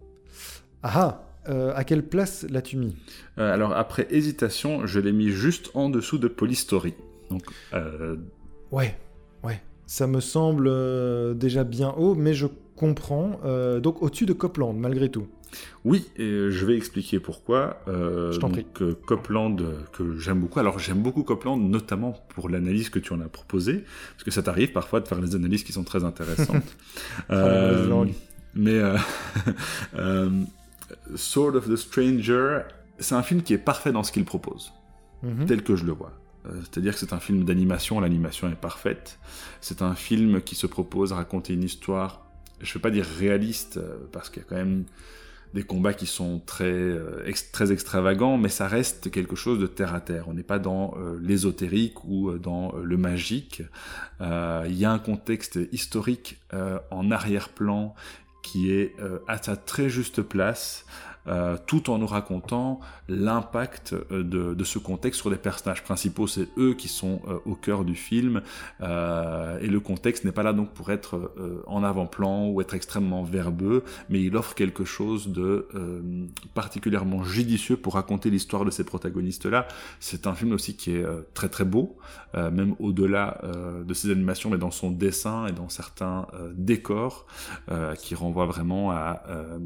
À quelle place l'as-tu mis ? Alors, après hésitation, je l'ai mis juste en dessous de Police Story. Donc, Ouais. Ça me semble déjà bien haut, mais je comprends. Donc, au-dessus de Copland, malgré tout. Oui, et je vais expliquer pourquoi. Je t'en prie. Copland, que j'aime beaucoup. Alors, j'aime beaucoup Copland, notamment pour l'analyse que tu en as proposée, parce que ça t'arrive parfois de faire des analyses qui sont très intéressantes. Mais Sword of the Stranger, c'est un film qui est parfait dans ce qu'il propose, tel que je le vois. C'est-à-dire que c'est un film d'animation, l'animation est parfaite. C'est un film qui se propose à raconter une histoire, je ne vais pas dire réaliste, parce qu'il y a quand même des combats qui sont très extravagants, mais ça reste quelque chose de terre à terre. On n'est pas dans l'ésotérique ou dans le magique. Il y a un contexte historique en arrière-plan qui est à sa très juste place, tout en nous racontant l'impact de ce contexte sur les personnages principaux. C'est eux qui sont au cœur du film, et le contexte n'est pas là donc pour être en avant-plan ou être extrêmement verbeux, mais il offre quelque chose de particulièrement judicieux pour raconter l'histoire de ces protagonistes-là. C'est un film aussi qui est très très beau, même au-delà de ses animations, mais dans son dessin et dans certains décors qui renvoient vraiment à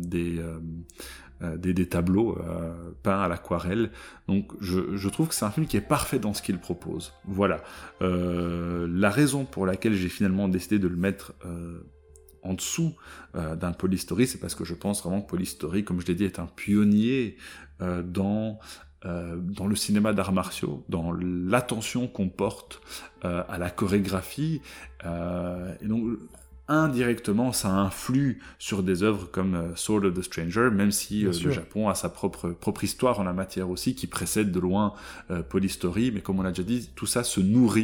des tableaux peints à l'aquarelle. Donc je trouve que c'est un film qui est parfait dans ce qu'il propose. Voilà. La raison pour laquelle j'ai finalement décidé de le mettre en dessous d'un Police Story, c'est parce que je pense vraiment que Police Story, comme je l'ai dit, est un pionnier dans le cinéma d'arts martiaux, dans l'attention qu'on porte à la chorégraphie, et donc indirectement, ça influe sur des œuvres comme Sword of the Stranger, même si le Japon a sa propre histoire en la matière aussi, qui précède de loin Police Story, mais comme on l'a déjà dit, tout ça se nourrit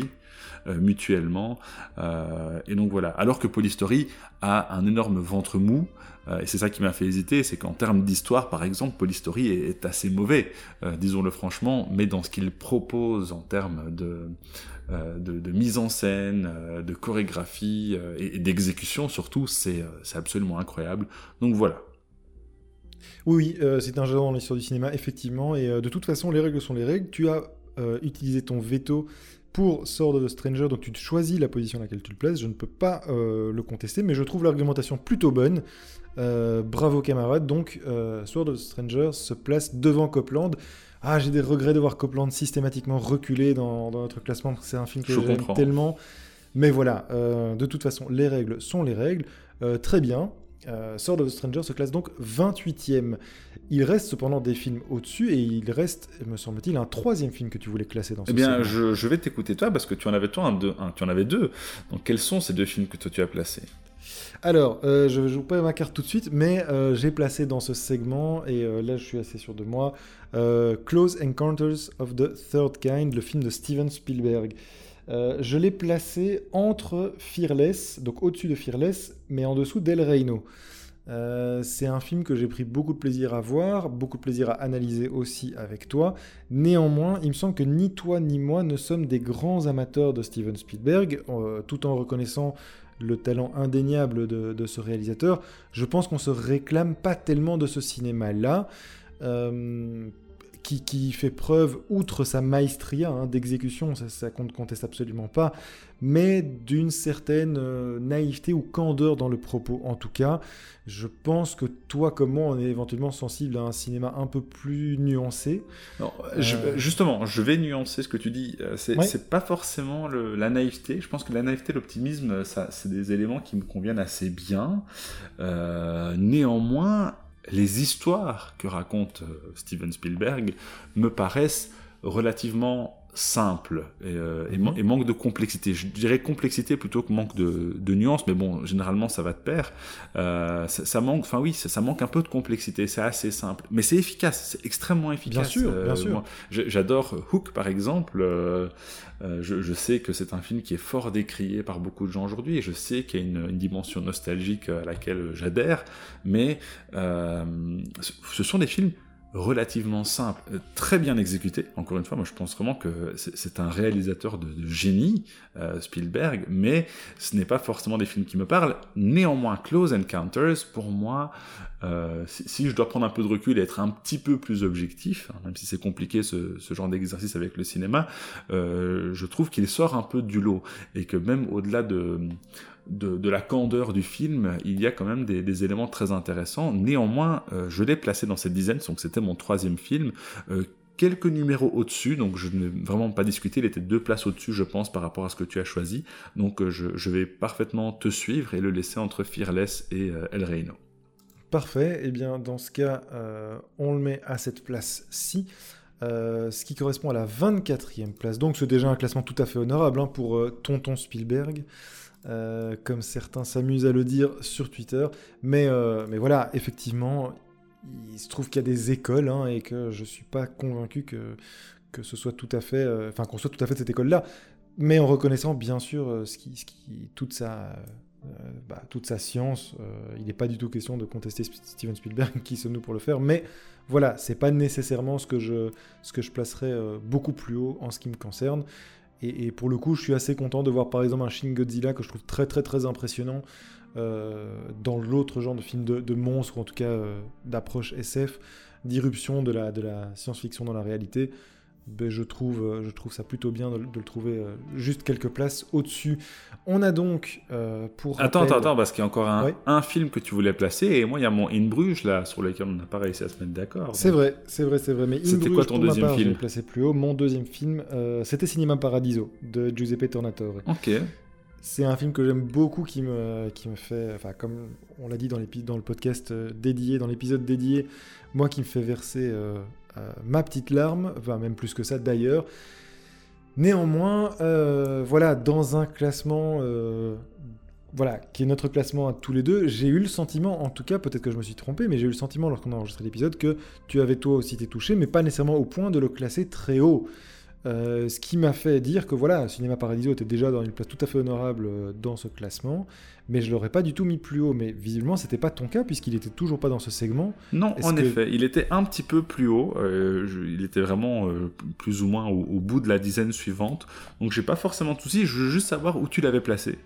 mutuellement. Et donc voilà. Alors que Polystory a un énorme ventre mou. Et c'est ça qui m'a fait hésiter, c'est qu'en termes d'histoire, par exemple, Polystory est assez mauvais, disons-le franchement, mais dans ce qu'il propose en termes de mise en scène, de chorégraphie et d'exécution surtout, c'est absolument incroyable. Donc voilà. Oui, c'est un genre dans l'histoire du cinéma, effectivement, et de toute façon, les règles sont les règles. Tu as utilisé ton veto pour Sword of the Stranger, donc tu te choisis la position à laquelle tu le places. Je ne peux pas le contester, mais je trouve l'argumentation plutôt bonne. Bravo camarade, donc Sword of the Stranger se place devant Copland. Ah, j'ai des regrets de voir Copland systématiquement reculer dans notre classement, parce que c'est un film que j'aime tellement. Mais voilà, de toute façon, les règles sont les règles. Très bien. Sword of the Stranger se classe donc 28e. Il reste cependant des films au-dessus, et il reste, me semble-t-il, un 3e film que tu voulais classer dans ce film. Eh bien, je vais t'écouter toi, parce que tu en avais tu en avais deux. Donc quels sont ces deux films que toi tu as placés ? Alors, je ne joue pas ma carte tout de suite, mais j'ai placé dans ce segment, et là je suis assez sûr de moi, Close Encounters of the Third Kind, le film de Steven Spielberg. Je l'ai placé entre Fearless, donc au-dessus de Fearless, mais en dessous d'El Reino. C'est un film que j'ai pris beaucoup de plaisir à voir, beaucoup de plaisir à analyser aussi avec toi. Néanmoins, il me semble que ni toi ni moi ne sommes des grands amateurs de Steven Spielberg, tout en reconnaissant le talent indéniable de ce réalisateur. Je pense qu'on se réclame pas tellement de ce cinéma-là, qui fait preuve, outre sa maestria d'exécution, ça ne conteste absolument pas, mais d'une certaine naïveté ou candeur dans le propos. En tout cas, je pense que toi comme moi, on est éventuellement sensible à un cinéma un peu plus nuancé. Non, justement, je vais nuancer ce que tu dis. C'est pas forcément la naïveté. Je pense que la naïveté, l'optimisme, c'est des éléments qui me conviennent assez bien. Néanmoins, les histoires que raconte Steven Spielberg me paraissent relativement simples et manquent de complexité. Je dirais complexité plutôt que manque de nuances, mais bon, généralement ça va de pair. Ça manque un peu de complexité, c'est assez simple. Mais c'est efficace, c'est extrêmement efficace. Bien sûr. Moi, j'adore Hook, par exemple. Je sais que c'est un film qui est fort décrié par beaucoup de gens aujourd'hui, et je sais qu'il y a une dimension nostalgique à laquelle j'adhère, mais ce sont des films relativement simples, très bien exécutés. Encore une fois, moi je pense vraiment que c'est un réalisateur de génie, Spielberg, mais ce n'est pas forcément des films qui me parlent. Néanmoins, Close Encounters, pour moi, si je dois prendre un peu de recul et être un petit peu plus objectif, même si c'est compliqué ce genre d'exercice avec le cinéma, je trouve qu'il sort un peu du lot, et que même au-delà de la candeur du film, il y a quand même des éléments très intéressants. Néanmoins, je l'ai placé dans cette dizaine, donc c'était mon 3e film, quelques numéros au-dessus, donc je n'ai vraiment pas discuté, il était 2 places au-dessus, je pense, par rapport à ce que tu as choisi, donc je vais parfaitement te suivre et le laisser entre Fearless et El Reino. Parfait, et bien dans ce cas, on le met à cette place-ci, ce qui correspond à la 24e place, donc c'est déjà un classement tout à fait honorable pour Tonton Spielberg. Comme certains s'amusent à le dire sur Twitter, mais voilà, effectivement, il se trouve qu'il y a des écoles, et que je suis pas convaincu que ce soit tout à fait, qu'on soit tout à fait de cette école-là, mais en reconnaissant bien sûr toute sa science. Il n'est pas du tout question de contester Steven Spielberg, qui sommes-nous pour le faire, mais voilà, c'est pas nécessairement ce que je placerais beaucoup plus haut en ce qui me concerne. Et pour le coup, je suis assez content de voir par exemple un Shin Godzilla que je trouve très très très impressionnant dans l'autre genre de film de monstres, ou en tout cas d'approche SF, d'irruption de la science-fiction dans la réalité. Ben, je trouve ça plutôt bien de le trouver juste quelques places au-dessus. On a donc pour rappel... Attends, parce qu'il y a encore un film que tu voulais placer, et moi il y a mon In Bruges là, sur lequel on n'a pas réussi à se mettre d'accord. C'est vrai, mais c'était quoi ton deuxième film ? Je l'ai placé plus haut. Mon deuxième film, c'était Cinema Paradiso, de Giuseppe Tornatore. Ok. C'est un film que j'aime beaucoup, qui me fait, comme on l'a dit dans le podcast dédié, dans l'épisode dédié, moi qui me fait verser... ma petite larme, même plus que ça d'ailleurs. Néanmoins, dans un classement, qui est notre classement à tous les deux, j'ai eu le sentiment, en tout cas, peut-être que je me suis trompé, mais j'ai eu le sentiment lorsqu'on a enregistré l'épisode que tu avais toi aussi été touché, mais pas nécessairement au point de le classer très haut. Ce qui m'a fait dire que voilà, Cinéma Paradiso était déjà dans une place tout à fait honorable dans ce classement, mais je l'aurais pas du tout mis plus haut. Mais visiblement, c'était pas ton cas puisqu'il était toujours pas dans ce segment. Non, en effet, il était un petit peu plus haut. Il était vraiment plus ou moins au bout de la dizaine suivante. Donc j'ai pas forcément de soucis. Je veux juste savoir où tu l'avais placé.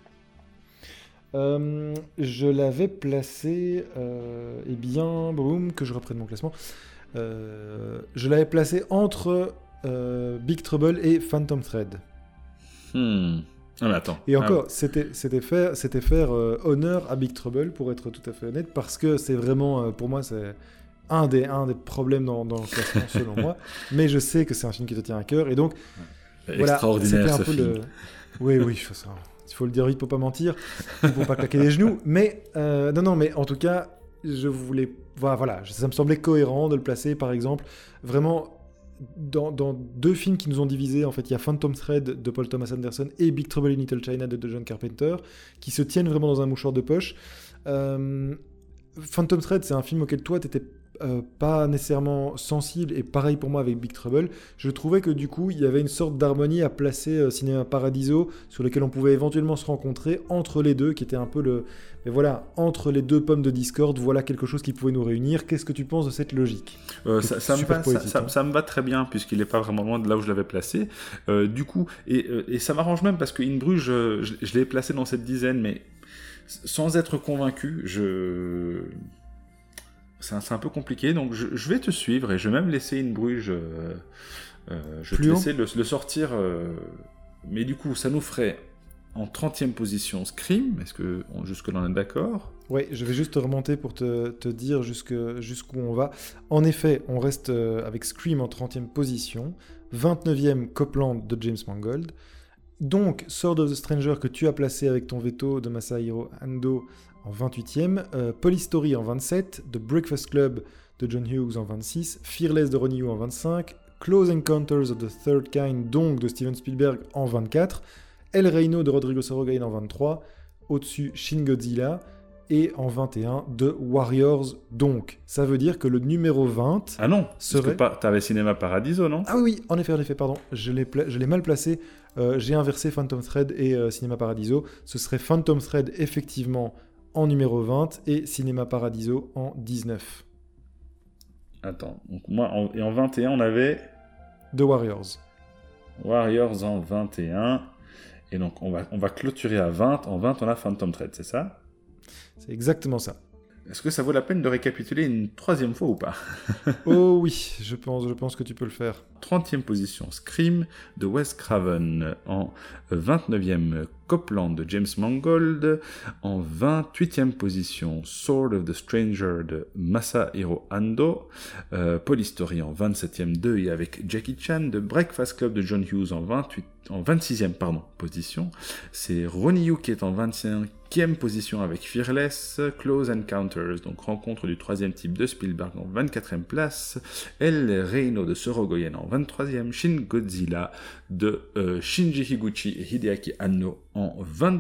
Je l'avais placé, eh bien, boum, que je reprenne mon classement. Je l'avais placé entre Big Trouble et Phantom Thread. Ah, mais attends. Et encore, c'était faire honneur à Big Trouble, pour être tout à fait honnête, parce que c'est vraiment, pour moi, c'est un des problèmes dans le classement, selon moi. Mais je sais que c'est un film qui te tient à cœur, et donc, voilà, extraordinaire ce film. Oui, il faut le dire vite pour pas mentir, pour pas claquer les genoux. Mais non, mais en tout cas, je voulais, voilà, ça me semblait cohérent de le placer, par exemple, vraiment. Dans deux films qui nous ont divisés, en fait, il y a Phantom Thread de Paul Thomas Anderson et Big Trouble in Little China de John Carpenter, qui se tiennent vraiment dans un mouchoir de poche. Phantom Thread, c'est un film auquel toi, t'étais pas nécessairement sensible, et pareil pour moi avec Big Trouble. Je trouvais que du coup, il y avait une sorte d'harmonie à placer Cinéma Paradiso, sur lequel on pouvait éventuellement se rencontrer entre les deux, qui était un peu le... Mais voilà, entre les deux pommes de discorde, voilà quelque chose qui pouvait nous réunir. Qu'est-ce que tu penses de cette logique? Ça me va très bien, puisqu'il n'est pas vraiment loin de là où je l'avais placé. Du coup, et ça m'arrange même, parce que In Bruges, je l'ai placé dans cette dizaine, mais sans être convaincu, c'est un peu compliqué, donc je vais te suivre, et je vais même laisser In Bruges, je vais te laisser le sortir, mais du coup, ça nous ferait... En 30e position, Scream. Est-ce que jusque-là on est d'accord? Oui, je vais juste remonter pour te dire jusqu'où on va. En effet, on reste avec Scream en 30e position. 29e, Copland de James Mangold. Donc, Sword of the Stranger que tu as placé avec ton veto de Masahiro Ando en 28e. Police Story en 27. The Breakfast Club de John Hughes en 26. Fearless de Ronnie Yu en 25. Close Encounters of the Third Kind, donc de Steven Spielberg en 24. El Reino de Rodrigo Sorogoyen en 23, au-dessus Shin Godzilla, et en 21 de Warriors, donc. Ça veut dire que le numéro 20 Ah non, serait... parce que t'avais Cinéma Paradiso, non? Ah oui, en effet, pardon, je l'ai mal placé, j'ai inversé Phantom Thread et Cinéma Paradiso, ce serait Phantom Thread effectivement en numéro 20 et Cinéma Paradiso en 19. Attends, donc moi, en 21 on avait... The Warriors. Warriors en 21... Et donc, on va clôturer à 20. En 20, on a Phantom Thread, c'est ça? C'est exactement ça. Est-ce que ça vaut la peine de récapituler une troisième fois ou pas? Oh oui, je pense que tu peux le faire. 30e position, Scream de Wes Craven. En 29e, Copland de James Mangold. En 28e position, Sword of the Stranger de Masahiro Ando. Police Story en 27e, Deuil avec Jackie Chan. De Breakfast Club de John Hughes en 26e position. C'est Ronnie Yu qui est en 25e position avec Fearless. Close Encounters, donc rencontre du troisième type de Spielberg en 24e place. El Reino de Sorogoyen en 23e. Shin Godzilla de Shinji Higuchi et Hideaki Anno en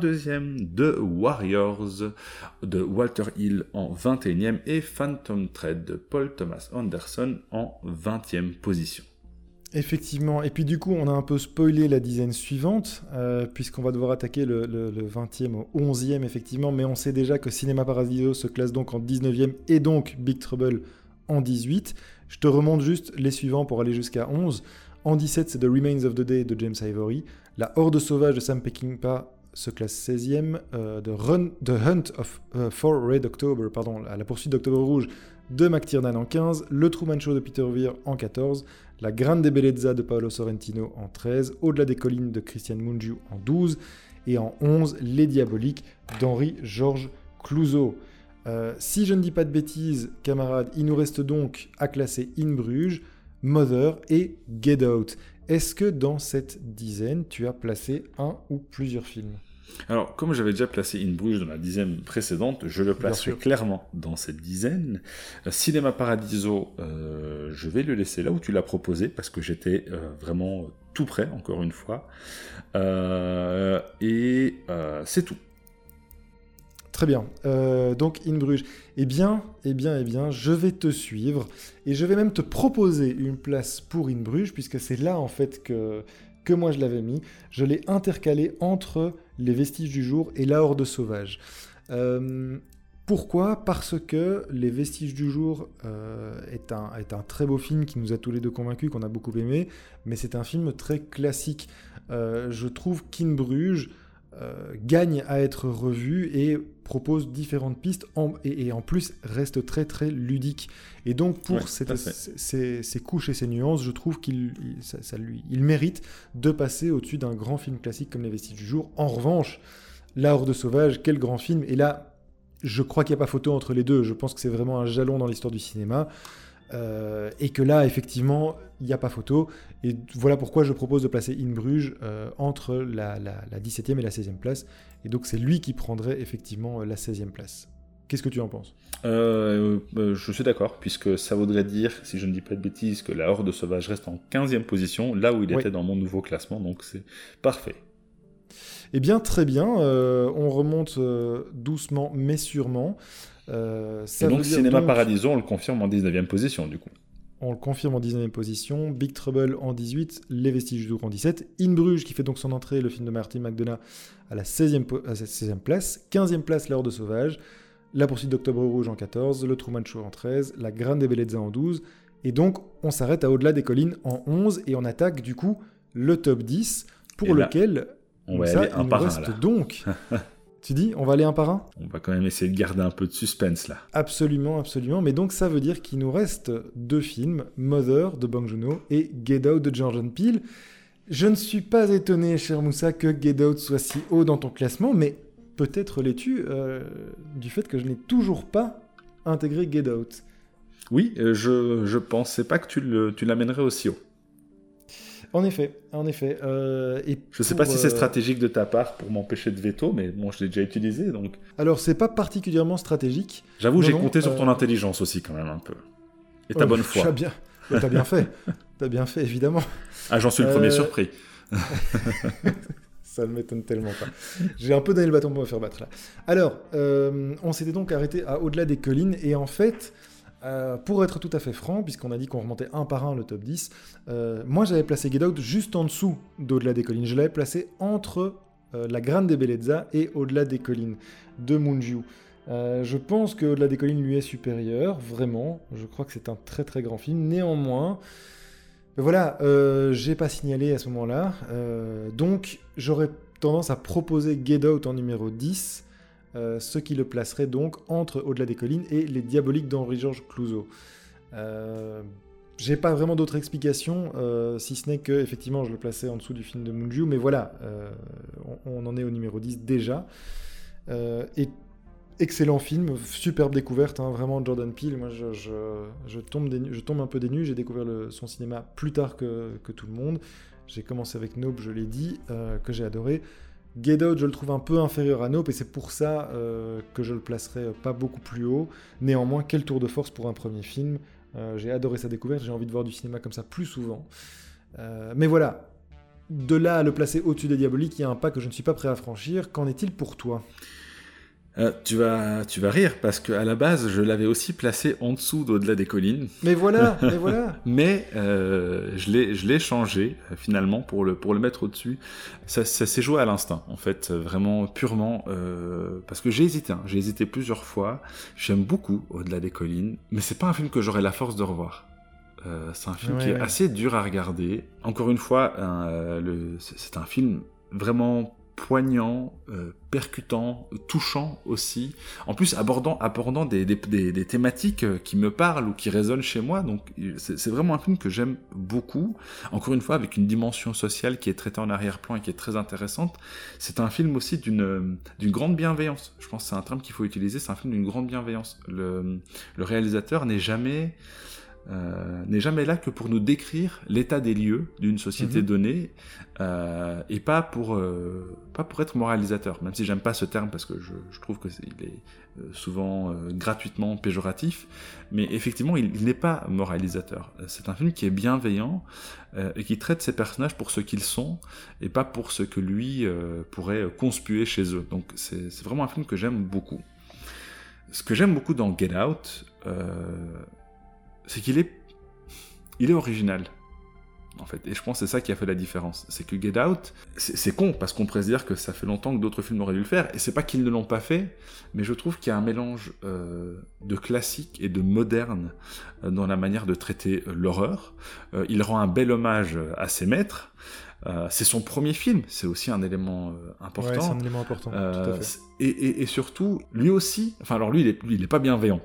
22e. The Warriors de Walter Hill en 21e. Et Phantom Thread de Paul Thomas Anderson en 20e position. Effectivement, et puis du coup on a un peu spoilé la dizaine suivante, puisqu'on va devoir attaquer le 20e au 11e effectivement, mais on sait déjà que Cinéma Paradiso se classe donc en 19e et donc Big Trouble en 18. Je te remonte juste les suivants pour aller jusqu'à 11. En 17 c'est The Remains of the Day de James Ivory. La Horde sauvage de Sam Peckinpah se classe 16e. The Hunt for Red October, à la poursuite d'Octobre Rouge de McTiernan en 15, Le Truman Show de Peter Weir en 14, La Grande Bellezza de Paolo Sorrentino en 13, Au-delà des collines de Christian Mungiu en 12, et en 11, Les Diaboliques d'Henri-Georges Clouzot. Si je ne dis pas de bêtises, camarades, il nous reste donc à classer In Bruges, Mother et Get Out. Est-ce que dans cette dizaine, tu as placé un ou plusieurs films ? Alors, comme j'avais déjà placé In Bruges dans la dizaine précédente, je le placerai clairement dans cette dizaine. Cinéma Paradiso, je vais le laisser là où tu l'as proposé, parce que j'étais vraiment tout prêt, encore une fois. Et c'est tout. Très bien. Donc, In Bruges. Eh bien, je vais te suivre et je vais même te proposer une place pour In Bruges, puisque c'est là, en fait, que moi je l'avais mis. Je l'ai intercalé entre Les Vestiges du jour et La Horde sauvage. Pourquoi ? Parce que Les Vestiges du jour est un très beau film qui nous a tous les deux convaincus, qu'on a beaucoup aimé, mais c'est un film très classique. Je trouve qu'In Bruges gagne à être revu et propose différentes pistes et en plus reste très très ludique. Et donc pour ces couches et ces nuances, je trouve qu'il mérite de passer au-dessus d'un grand film classique comme Les Vestiges du jour. En revanche, La Horde sauvage, quel grand film. Et là, je crois qu'il n'y a pas photo entre les deux. Je pense que c'est vraiment un jalon dans l'histoire du cinéma. Et que là, effectivement, il n'y a pas photo. Et voilà pourquoi je propose de placer In Bruges entre la 17e et la 16e place. Et donc, c'est lui qui prendrait effectivement la 16e place. Qu'est-ce que tu en penses ? Je suis d'accord, puisque ça voudrait dire, si je ne dis pas de bêtises, que La Horde sauvage reste en 15e position, là où il était dans mon nouveau classement. Donc, c'est parfait. Eh bien, très bien. On remonte doucement, mais sûrement. Et donc, Cinéma Paradiso, on le confirme en 19e position, du coup. On le confirme en 19e position. Big Trouble en 18, Les Vestiges du jour en 17. In Bruges, qui fait donc son entrée, le film de Martin McDonagh, à la 16e place. 15e place, La Horde sauvage. La poursuite d'Octobre rouge en 14. Le Truman Show en 13. La Grande Bellezza en 12. Et donc, on s'arrête à Au-delà des collines en 11. Et on attaque, du coup, le top 10, pour lequel... On va aller un par un, là. Donc, tu dis, on va aller un par un ? On va quand même essayer de garder un peu de suspense, là. Absolument, absolument. Mais donc, ça veut dire qu'il nous reste 2 films, Mother de Bong Joon-ho et Get Out de Jordan Peele. Je ne suis pas étonné, cher Moussa, que Get Out soit si haut dans ton classement, mais peut-être l'es-tu du fait que je n'ai toujours pas intégré Get Out. Oui, je pensais pas que tu l'amènerais aussi haut. En effet. Je ne sais pas si c'est stratégique de ta part pour m'empêcher de veto, mais bon, je l'ai déjà utilisé, donc... Alors, c'est pas particulièrement stratégique. J'avoue, j'ai compté sur ton intelligence aussi, quand même, un peu. Et ta bonne foi. T'as bien fait. T'as bien fait, évidemment. Ah, j'en suis le premier surpris. Ça ne m'étonne tellement pas. J'ai un peu donné le bâton pour me faire battre, là. Alors, on s'était donc arrêté à Au-delà des collines, et en fait... pour être tout à fait franc, puisqu'on a dit qu'on remontait un par un le top 10, moi j'avais placé Get Out juste en dessous d'Au-delà des collines. Je l'avais placé entre La Grande Bellezza et Au-delà des collines de Moon Ju. Je pense que Au-delà des collines lui est supérieur, vraiment. Je crois que c'est un très très grand film. Néanmoins, voilà, j'ai pas signalé à ce moment-là. Donc j'aurais tendance à proposer Get Out en numéro 10, ce qui le placerait donc entre Au-delà des collines et Les Diaboliques d'Henri-Georges Clouzot. J'ai pas vraiment d'autres explications, si ce n'est que effectivement je le plaçais en dessous du film de Moon Ju, mais voilà, on en est au numéro 10 déjà. Et excellent film, superbe découverte, hein, vraiment Jordan Peele. Moi je tombe un peu des nues, j'ai découvert son cinéma plus tard que tout le monde. J'ai commencé avec Nope, je l'ai dit, que j'ai adoré. Get Out, je le trouve un peu inférieur à Nope, et c'est pour ça que je le placerai pas beaucoup plus haut. Néanmoins, quel tour de force pour un premier film. J'ai adoré sa découverte, j'ai envie de voir du cinéma comme ça plus souvent. Mais voilà, de là à le placer au-dessus des Diaboliques, il y a un pas que je ne suis pas prêt à franchir. Qu'en est-il pour toi ? Tu vas rire, parce qu'à la base, je l'avais aussi placé en dessous d'Au-delà des collines. Mais voilà. Mais je l'ai changé, finalement, pour le mettre au-dessus. Ça s'est joué à l'instinct, en fait, vraiment, purement, parce que j'ai hésité plusieurs fois. J'aime beaucoup Au-delà des collines, mais c'est pas un film que j'aurais la force de revoir. C'est un film qui est assez dur à regarder. Encore une fois, c'est un film vraiment poignant, percutant, touchant aussi. En plus, abordant des thématiques qui me parlent ou qui résonnent chez moi. Donc, c'est vraiment un film que j'aime beaucoup. Encore une fois, avec une dimension sociale qui est traitée en arrière-plan et qui est très intéressante. C'est un film aussi d'une grande bienveillance. Je pense que c'est un terme qu'il faut utiliser. C'est un film d'une grande bienveillance. Le réalisateur n'est jamais n'est jamais là que pour nous décrire l'état des lieux d'une société donnée, et pas pour être moralisateur, même si j'aime pas ce terme parce que je trouve qu'il est souvent gratuitement péjoratif, mais effectivement il n'est pas moralisateur. C'est un film qui est bienveillant et qui traite ses personnages pour ce qu'ils sont et pas pour ce que lui pourrait conspuer chez eux. Donc c'est vraiment un film que j'aime beaucoup. Ce que j'aime beaucoup dans Get Out, c'est qu'il est original, en fait. Et je pense que c'est ça qui a fait la différence. C'est que Get Out, c'est con, parce qu'on pourrait se dire que ça fait longtemps que d'autres films auraient dû le faire, et c'est pas qu'ils ne l'ont pas fait, mais je trouve qu'il y a un mélange de classique et de moderne dans la manière de traiter l'horreur. Il rend un bel hommage à ses maîtres. C'est son premier film, c'est aussi un élément important. Ouais, c'est un élément important, tout à fait. Et surtout, lui aussi, enfin alors lui il est pas bienveillant.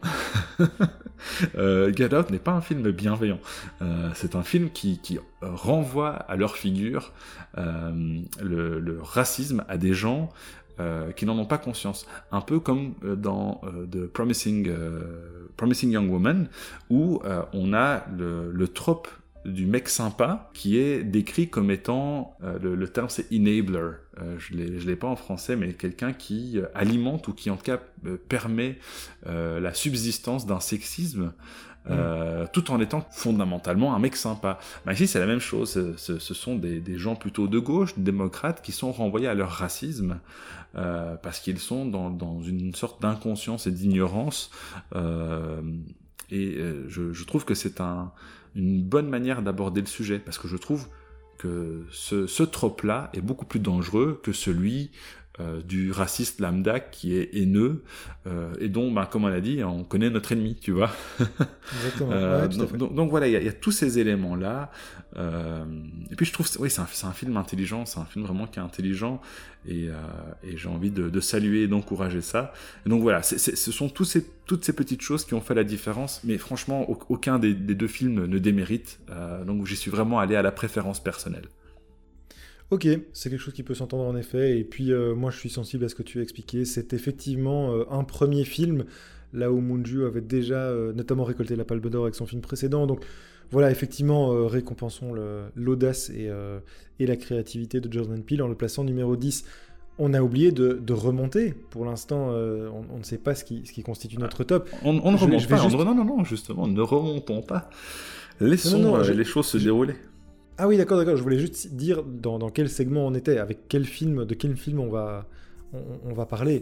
Get Out n'est pas un film bienveillant. C'est un film qui renvoie à leur figure le racisme à des gens qui n'en ont pas conscience. Un peu comme dans The Promising Young Woman, où on a le trope du mec sympa qui est décrit comme étant, le terme c'est enabler, je l'ai pas en français, mais quelqu'un qui alimente ou qui en tout cas permet la subsistance d'un sexisme tout en étant fondamentalement un mec sympa. Ben ici c'est la même chose, ce sont des gens plutôt de gauche, démocrates, qui sont renvoyés à leur racisme parce qu'ils sont dans une sorte d'inconscience et d'ignorance, et je trouve que c'est une bonne manière d'aborder le sujet, parce que je trouve que ce trope-là est beaucoup plus dangereux que celui du raciste lambda qui est haineux, et dont, comme on a dit, on connaît notre ennemi, tu vois. Exactement. Ouais, donc voilà, il y a tous ces éléments-là, et puis je trouve, oui, c'est un film intelligent, c'est un film vraiment qui est intelligent, et j'ai envie de saluer et d'encourager ça. Et donc voilà, ce sont toutes ces petites choses qui ont fait la différence, mais franchement, aucun des deux films ne démérite, donc j'y suis vraiment allé à la préférence personnelle. Ok, c'est quelque chose qui peut s'entendre en effet, et puis moi je suis sensible à ce que tu as expliqué. C'est effectivement un premier film, là où Munju avait déjà notamment récolté la Palme d'Or avec son film précédent, donc voilà, effectivement, récompensons l'audace et la créativité de Jordan Peele en le plaçant numéro 10. On a oublié de remonter, pour l'instant on ne sait pas ce qui constitue notre top. On ne remonte pas, non, justement, ne remontons pas. Laissons les choses se dérouler. Ah oui, d'accord, je voulais juste dire dans quel segment on était, avec de quel film on va parler.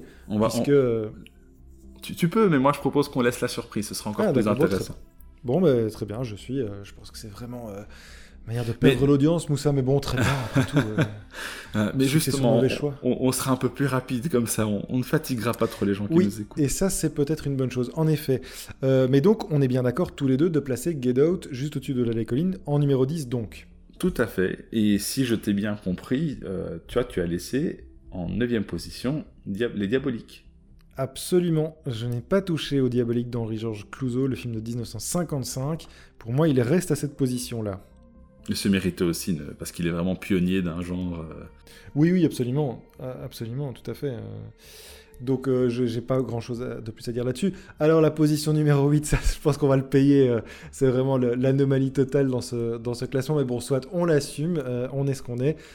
Tu peux, mais moi je propose qu'on laisse la surprise, ce sera encore plus intéressant. Bon, très bien, je pense que c'est vraiment manière de perdre l'audience, Moussa, mais bon, très bien, après tout. Mais justement, on sera un peu plus rapide comme ça, on ne fatiguera pas trop les gens qui nous écoutent. Et ça, c'est peut-être une bonne chose, en effet. Mais donc, on est bien d'accord tous les deux de placer Get Out juste au-dessus de La Colline en numéro 10, donc. Tout à fait, et si je t'ai bien compris, tu as laissé en 9e position Les Diaboliques. Absolument, je n'ai pas touché aux Diaboliques d'Henri-Georges Clouzot, le film de 1955. Pour moi, il reste à cette position-là. Il se méritait aussi, parce qu'il est vraiment pionnier d'un genre... Oui, absolument, tout à fait. Donc, je n'ai pas grand-chose de plus à dire là-dessus. Alors, la position numéro 8, ça, je pense qu'on va le payer. C'est vraiment l'anomalie totale dans ce classement. Mais bon, soit on l'assume, on est ce qu'on est.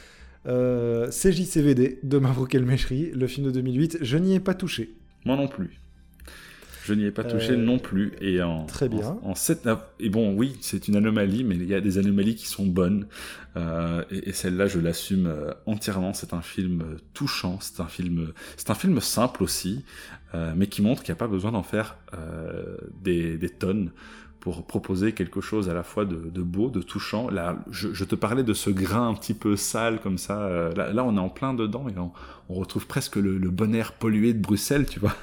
CJCVD de Mavrouk El Meshri, le film de 2008. Je n'y ai pas touché. Moi non plus. Je n'y ai pas touché non plus. Et très bien. Et bon, oui, c'est une anomalie, mais il y a des anomalies qui sont bonnes. Et celle-là, je l'assume entièrement. C'est un film touchant. C'est un film simple aussi, mais qui montre qu'il n'y a pas besoin d'en faire des tonnes pour proposer quelque chose à la fois de beau, de touchant. Là, je te parlais de ce grain un petit peu sale comme ça. Là, on est en plein dedans et on retrouve presque le bon air pollué de Bruxelles, tu vois.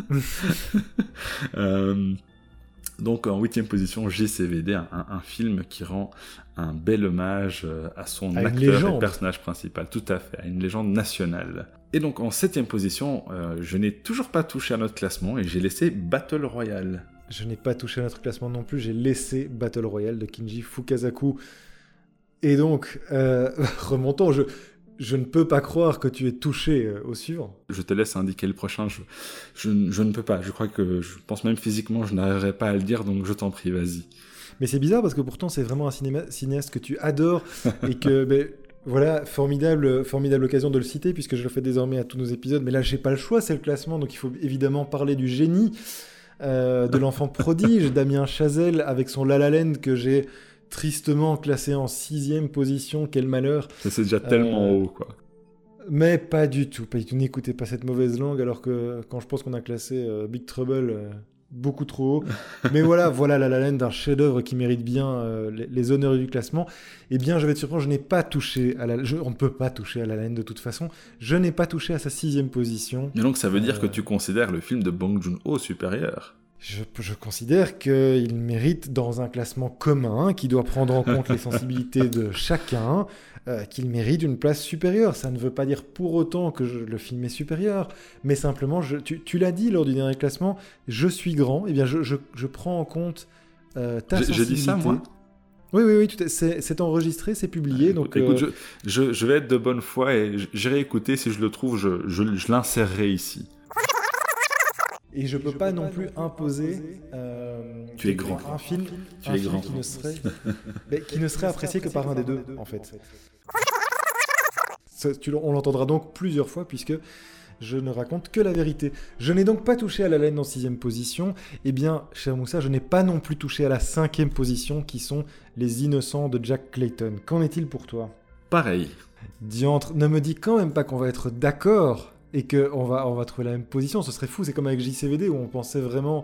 Donc, en 8e position, JCVD, un film qui rend un bel hommage à son acteur et personnage principal. Tout à fait, à une légende nationale. Et donc, en 7e position, je n'ai toujours pas touché à notre classement et j'ai laissé Battle Royale. Je n'ai pas touché à notre classement non plus, j'ai laissé Battle Royale de Kinji Fukasaku. Et donc, remontons, je ne peux pas croire que tu es touché au suivant. Je te laisse indiquer le prochain. Je ne peux pas. Je crois que je pense même physiquement, je n'arriverai pas à le dire, donc je t'en prie, vas-y. Mais c'est bizarre parce que pourtant, c'est vraiment un cinéaste que tu adores et que, voilà, formidable occasion de le citer puisque je le fais désormais à tous nos épisodes. Mais là, j'ai pas le choix, c'est le classement, donc il faut évidemment parler du génie de l'enfant prodige, Damien Chazelle, avec son La La Land que j'ai tristement classé en 6e position. Quel malheur. Ça, c'est déjà tellement haut, quoi. Mais pas du tout. N'écoutez pas cette mauvaise langue, alors que quand je pense qu'on a classé Big Trouble beaucoup trop haut. Mais voilà La La Land, un chef-d'œuvre qui mérite bien les honneurs du classement. Eh bien, je vais te surprendre, je n'ai pas touché à on ne peut pas toucher à La La Land de toute façon. Je n'ai pas touché à sa 6e position. Et donc, ça veut dire que tu considères le film de Bong Joon-ho supérieur? Je considère qu'il mérite dans un classement commun, qui doit prendre en compte les sensibilités de chacun, qu'il mérite une place supérieure. Ça ne veut pas dire pour autant que le film est supérieur, mais simplement, tu l'as dit lors du dernier classement, je suis grand, et bien je prends en compte ta sensibilité. J'ai dit ça, moi? Oui, c'est enregistré, c'est publié. Donc, écoute, je vais être de bonne foi et j'irai écouter, si je le trouve, je l'insérerai ici. Et je peux pas non plus imposer tu es grand. un film qui ne serait apprécié que par un des deux, en fait. On l'entendra donc plusieurs fois, puisque je ne raconte que la vérité. Je n'ai donc pas touché à La La Land en 6e position. Eh bien, cher Moussa, je n'ai pas non plus touché à la 5e position, qui sont Les Innocents de Jack Clayton. Qu'en est-il pour toi? Pareil. Diantre, ne me dis quand même pas qu'on va être d'accord et qu'on va trouver la même position. Ce serait fou, c'est comme avec JCVD où on pensait vraiment...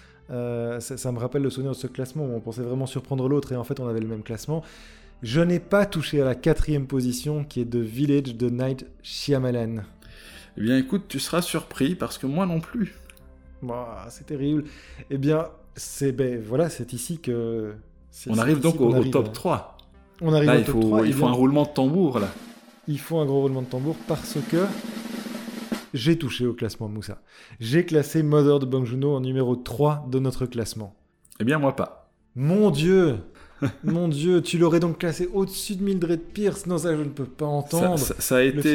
ça me rappelle le souvenir de ce classement où on pensait vraiment surprendre l'autre et en fait on avait le même classement. Je n'ai pas touché à la 4e position qui est The Village de Night Shyamalan. Eh bien écoute, tu seras surpris parce que moi non plus. C'est terrible. Eh bien, c'est ici que... On arrive donc au top 3. On arrive au top 3. Il faut un roulement de tambour là. Il faut un gros roulement de tambour parce que... J'ai touché au classement, Moussa. J'ai classé Mother de Bong Joon-ho en numéro 3 de notre classement. Eh bien, moi pas. Mon Dieu, tu l'aurais donc classé au-dessus de Mildred Pierce? Non, ça, je ne peux pas entendre. Ça a été...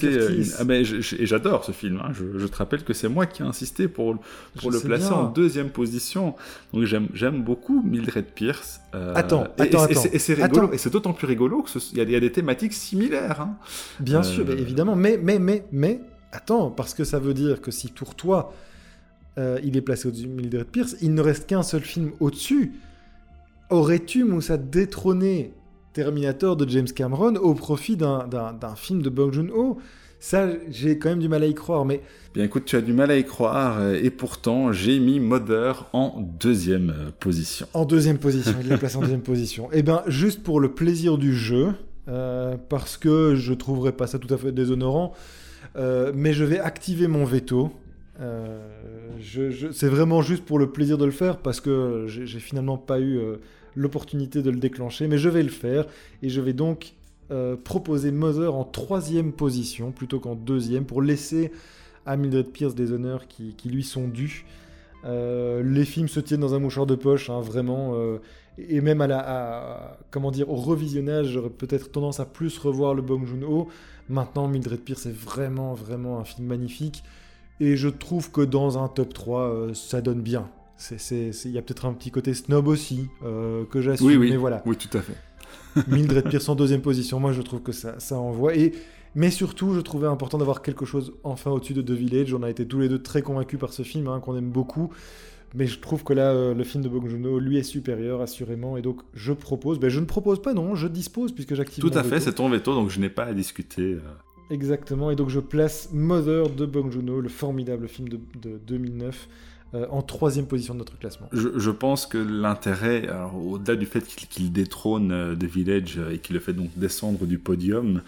et j'adore ce film. Hein. Je te rappelle que c'est moi qui ai insisté pour le placer en 2e position. Donc, j'aime beaucoup Mildred Pierce. Attends. Et c'est rigolo. Et c'est d'autant plus rigolo qu'il y a des thématiques similaires. Hein. Bien sûr, évidemment. Mais... Attends, parce que ça veut dire que si pour toi, il est placé au-dessus de Mildred Pierce, il ne reste qu'un seul film au-dessus. Aurais-tu, Moussa, détrôné Terminator de James Cameron au profit d'un film de Bong Joon-ho? Ça, j'ai quand même du mal à y croire, mais... Bien écoute, tu as du mal à y croire, et pourtant, j'ai mis Mother en 2e position. En 2e position, il l'a placé en 2e position. Eh bien, juste pour le plaisir du jeu, parce que je trouverais pas ça tout à fait déshonorant, mais je vais activer mon veto. C'est vraiment juste pour le plaisir de le faire parce que j'ai finalement pas eu l'opportunité de le déclencher, mais je vais le faire et je vais donc proposer Mother en 3e position plutôt qu'en 2e pour laisser à Mildred Pierce des honneurs qui lui sont dus. Les films se tiennent dans un mouchoir de poche, hein, vraiment, et même au revisionnage, j'aurais peut-être tendance à plus revoir le Bong Joon-ho. Maintenant, Mildred Pierce est vraiment, vraiment un film magnifique. Et je trouve que dans un top 3, ça donne bien. Il y a peut-être un petit côté snob aussi, que j'assume, oui, mais voilà. Oui, tout à fait. Mildred Pierce en 2e position, moi je trouve que ça envoie. Mais surtout, je trouvais important d'avoir quelque chose enfin au-dessus de The Village. On a été tous les deux très convaincus par ce film, hein, qu'on aime beaucoup. Mais je trouve que là, le film de Bong Joon-ho, lui, est supérieur, assurément. Et donc, je propose... je ne propose pas, non, je dispose, puisque j'active mon veto. Tout à fait, veto. c'est ton veto, donc je n'ai pas à discuter. Exactement, et donc je place Mother de Bong Joon-ho, le formidable film de 2009, en 3e position de notre classement. Je pense que l'intérêt, au-delà du fait qu'il détrône The Village et qu'il le fait donc descendre du podium,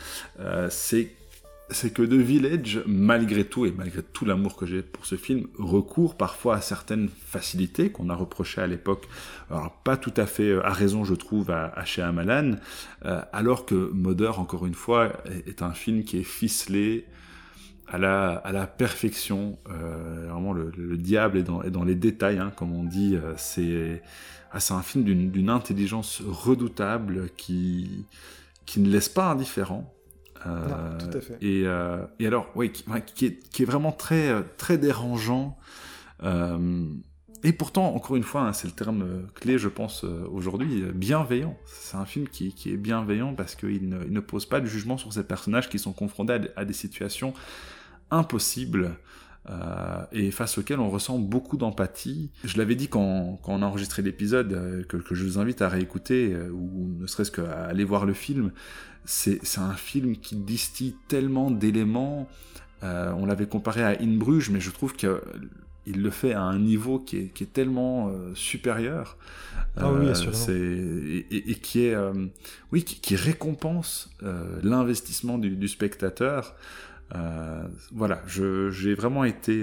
c'est que The Village, malgré tout, et malgré tout l'amour que j'ai pour ce film, recourt parfois à certaines facilités qu'on a reprochées à l'époque, alors pas tout à fait à raison, je trouve, à Shyamalan, alors que Mother, encore une fois, est un film qui est ficelé à la perfection. Vraiment, le diable est dans les détails, hein, comme on dit. C'est un film d'une intelligence redoutable qui ne laisse pas indifférent. Non, tout à fait. Et alors, oui, qui est vraiment très, très dérangeant. Et pourtant, encore une fois, hein, c'est le terme clé, je pense, aujourd'hui, bienveillant. C'est un film qui est bienveillant parce qu'il ne pose pas de jugement sur ces personnages qui sont confrontés à des situations impossibles et face auxquelles on ressent beaucoup d'empathie. Je l'avais dit quand on a enregistré l'épisode, que je vous invite à réécouter, ou ne serait-ce qu'à aller voir le film. C'est un film qui distille tellement d'éléments. On l'avait comparé à In Bruges, mais je trouve qu'il le fait à un niveau qui est tellement supérieur. Ah oui, assurément. Et qui est, qui récompense l'investissement du spectateur. Voilà, j'ai vraiment été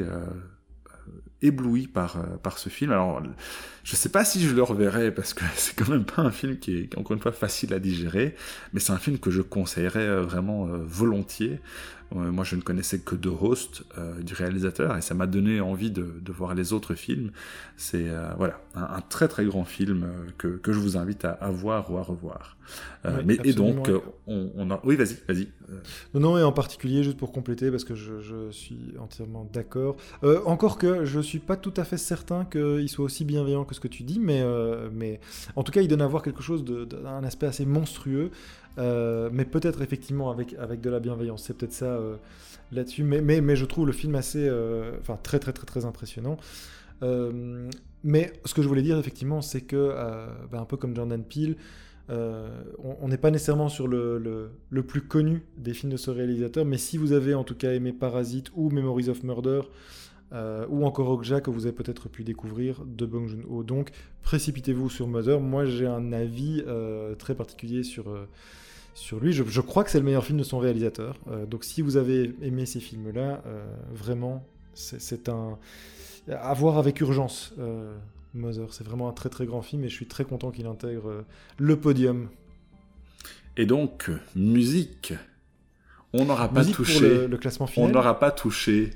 ébloui par ce film. Alors, je sais pas si je le reverrai parce que c'est quand même pas un film qui est encore une fois facile à digérer, mais c'est un film que je conseillerais vraiment volontiers. Moi, je ne connaissais que The Host du réalisateur et ça m'a donné envie de voir les autres films. C'est voilà, un très très grand film que je vous invite à voir ou à revoir. Oui, et donc, on a... Oui, vas-y. Non, et en particulier, juste pour compléter, parce que je suis entièrement d'accord. Encore que je suis pas tout à fait certain qu'il soit aussi bienveillant que ce que tu dis, mais en tout cas, il donne à voir quelque chose d'un aspect assez monstrueux. Mais peut-être effectivement avec de la bienveillance, c'est peut-être ça là-dessus, mais je trouve le film assez, très très très très impressionnant. Mais ce que je voulais dire effectivement, c'est que un peu comme Jordan Peele, on n'est pas nécessairement sur le plus connu des films de ce réalisateur, mais si vous avez en tout cas aimé Parasite ou Memories of Murder, ou encore Okja que vous avez peut-être pu découvrir de Bong Joon-ho, donc précipitez-vous sur Mother. Moi j'ai un avis très particulier sur lui. Je crois que c'est le meilleur film de son réalisateur. Donc si vous avez aimé ces films-là, vraiment, c'est à voir avec urgence. Mother, c'est vraiment un très très grand film et je suis très content qu'il intègre le podium. Et donc, musique. On n'aura pas touché... Pour le classement final. On n'aura pas touché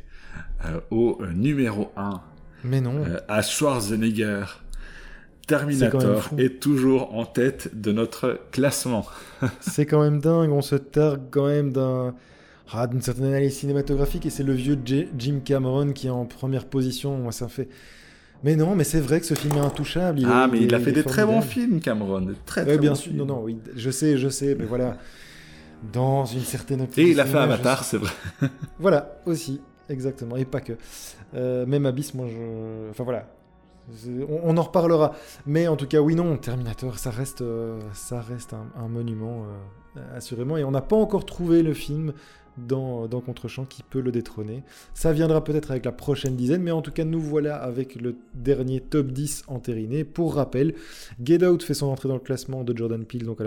au numéro 1. Mais non. À Schwarzenegger. Terminator est toujours en tête de notre classement. C'est quand même dingue, on se targue quand même d'une certaine analyse cinématographique et c'est le vieux Jim Cameron qui est en première position. Moi, ça fait... Mais non, mais c'est vrai que ce film est intouchable. Il a fait des très bons films, Cameron. Très bien bons sûr, films. oui, je sais, mais voilà, dans une certaine optique. Et il a fait Avatar, c'est vrai. Voilà, aussi, exactement, et pas que. Même Abyss, moi, enfin voilà. On en reparlera, mais en tout cas oui non, Terminator ça reste un monument assurément, et on n'a pas encore trouvé le film dans Contre-champ qui peut le détrôner. Ça viendra peut-être avec la prochaine dizaine, mais en tout cas nous voilà avec le dernier top 10 entériné. Pour rappel, Get Out fait son entrée dans le classement de Jordan Peele, donc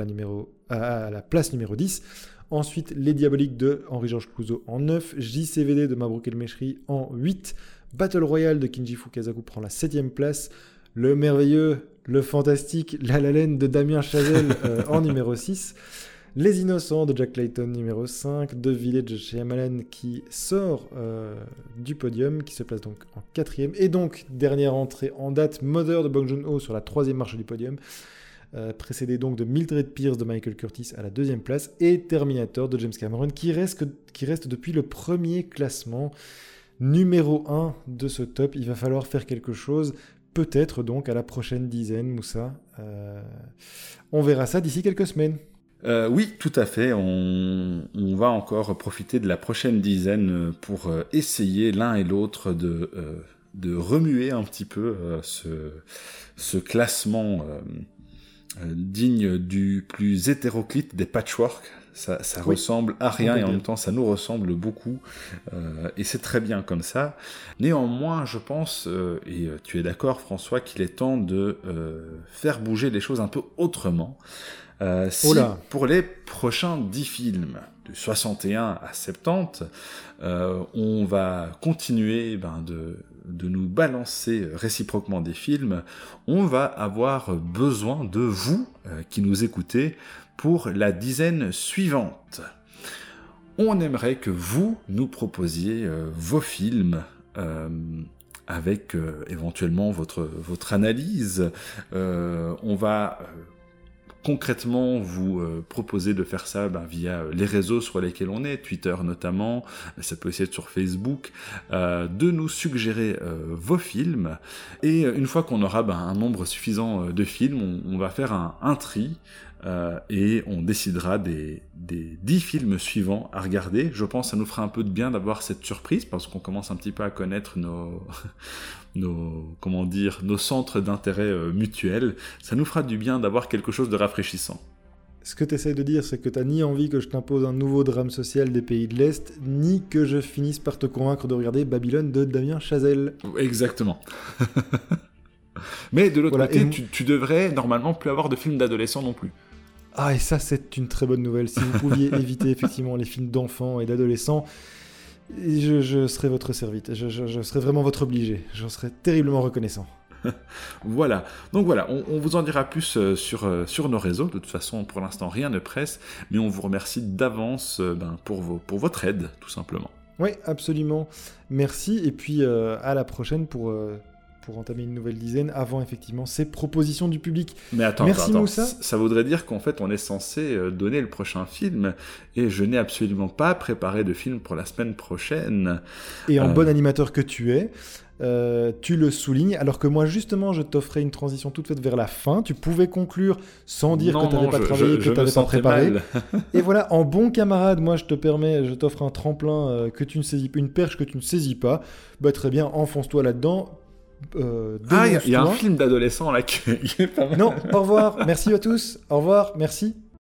à la place numéro 10. Ensuite, Les Diaboliques de Henri-Georges Clouzot en 9, JCVD de Mabrouk El Mechri en 8, Battle Royale de Kinji Fukasaku prend la 7ème place, le merveilleux, le fantastique La La Land de Damien Chazelle en numéro 6, Les Innocents de Jack Clayton numéro 5, The Village de Shyamalan qui sort du podium, qui se place donc en 4ème, et donc dernière entrée en date, Mother de Bong Joon-ho sur la 3ème marche du podium, précédé donc de Mildred Pierce de Michael Curtis à la 2ème place, et Terminator de James Cameron qui reste depuis le premier classement. Numéro 1 de ce top, il va falloir faire quelque chose, peut-être donc à la prochaine dizaine, Moussa. On verra ça d'ici quelques semaines. Oui, tout à fait. On va encore profiter de la prochaine dizaine pour essayer l'un et l'autre de remuer un petit peu ce classement digne du plus hétéroclite des patchwork. Ça ressemble à rien et en même temps ça nous ressemble beaucoup et c'est très bien comme ça. Néanmoins, je pense, et tu es d'accord François, qu'il est temps de faire bouger les choses un peu autrement. Pour les prochains 10 films, de 61 à 70, on va continuer de nous balancer réciproquement des films, on va avoir besoin de vous qui nous écoutez pour la dizaine suivante. On aimerait que vous nous proposiez vos films avec éventuellement votre analyse. On va concrètement vous proposer de faire ça via les réseaux sur lesquels on est, Twitter notamment, ça peut aussi être sur Facebook, de nous suggérer vos films, et une fois qu'on aura un nombre suffisant de films, on va faire un tri, et on décidera des 10 films suivants à regarder. Je pense que ça nous fera un peu de bien d'avoir cette surprise, parce qu'on commence un petit peu à connaître nos centres d'intérêt mutuels. Ça nous fera du bien d'avoir quelque chose de rafraîchissant. Ce que tu essaies de dire, c'est que tu n'as ni envie que je t'impose un nouveau drame social des pays de l'Est, ni que je finisse par te convaincre de regarder Babylone de Damien Chazelle. Exactement. Mais de l'autre côté, tu devrais normalement plus avoir de films d'adolescents non plus. Ah, et ça, c'est une très bonne nouvelle. Si vous pouviez éviter effectivement les films d'enfants et d'adolescents, je serais votre serviteur. Je serais vraiment votre obligé. J'en serais terriblement reconnaissant. Voilà. Donc voilà, on vous en dira plus sur nos réseaux. De toute façon, pour l'instant, rien ne presse. Mais on vous remercie d'avance pour votre aide, tout simplement. Oui, absolument. Merci. Et puis, à la prochaine pour entamer une nouvelle dizaine avant effectivement ces propositions du public. Mais attends, Moussa. Ça voudrait dire qu'en fait on est censé donner le prochain film, et je n'ai absolument pas préparé de film pour la semaine prochaine. Et en bon animateur que tu es, tu le soulignes, alors que moi justement je t'offrais une transition toute faite vers la fin. Tu pouvais conclure sans dire que tu n'avais pas travaillé, que tu n'avais pas préparé. Et voilà, en bon camarade, moi je t'offre un tremplin que tu ne saisis pas, une perche que tu ne saisis pas. Très bien, enfonce-toi là-dedans. Il y a un film d'adolescent là qui est pas mal. Non, au revoir, merci à tous, au revoir, merci.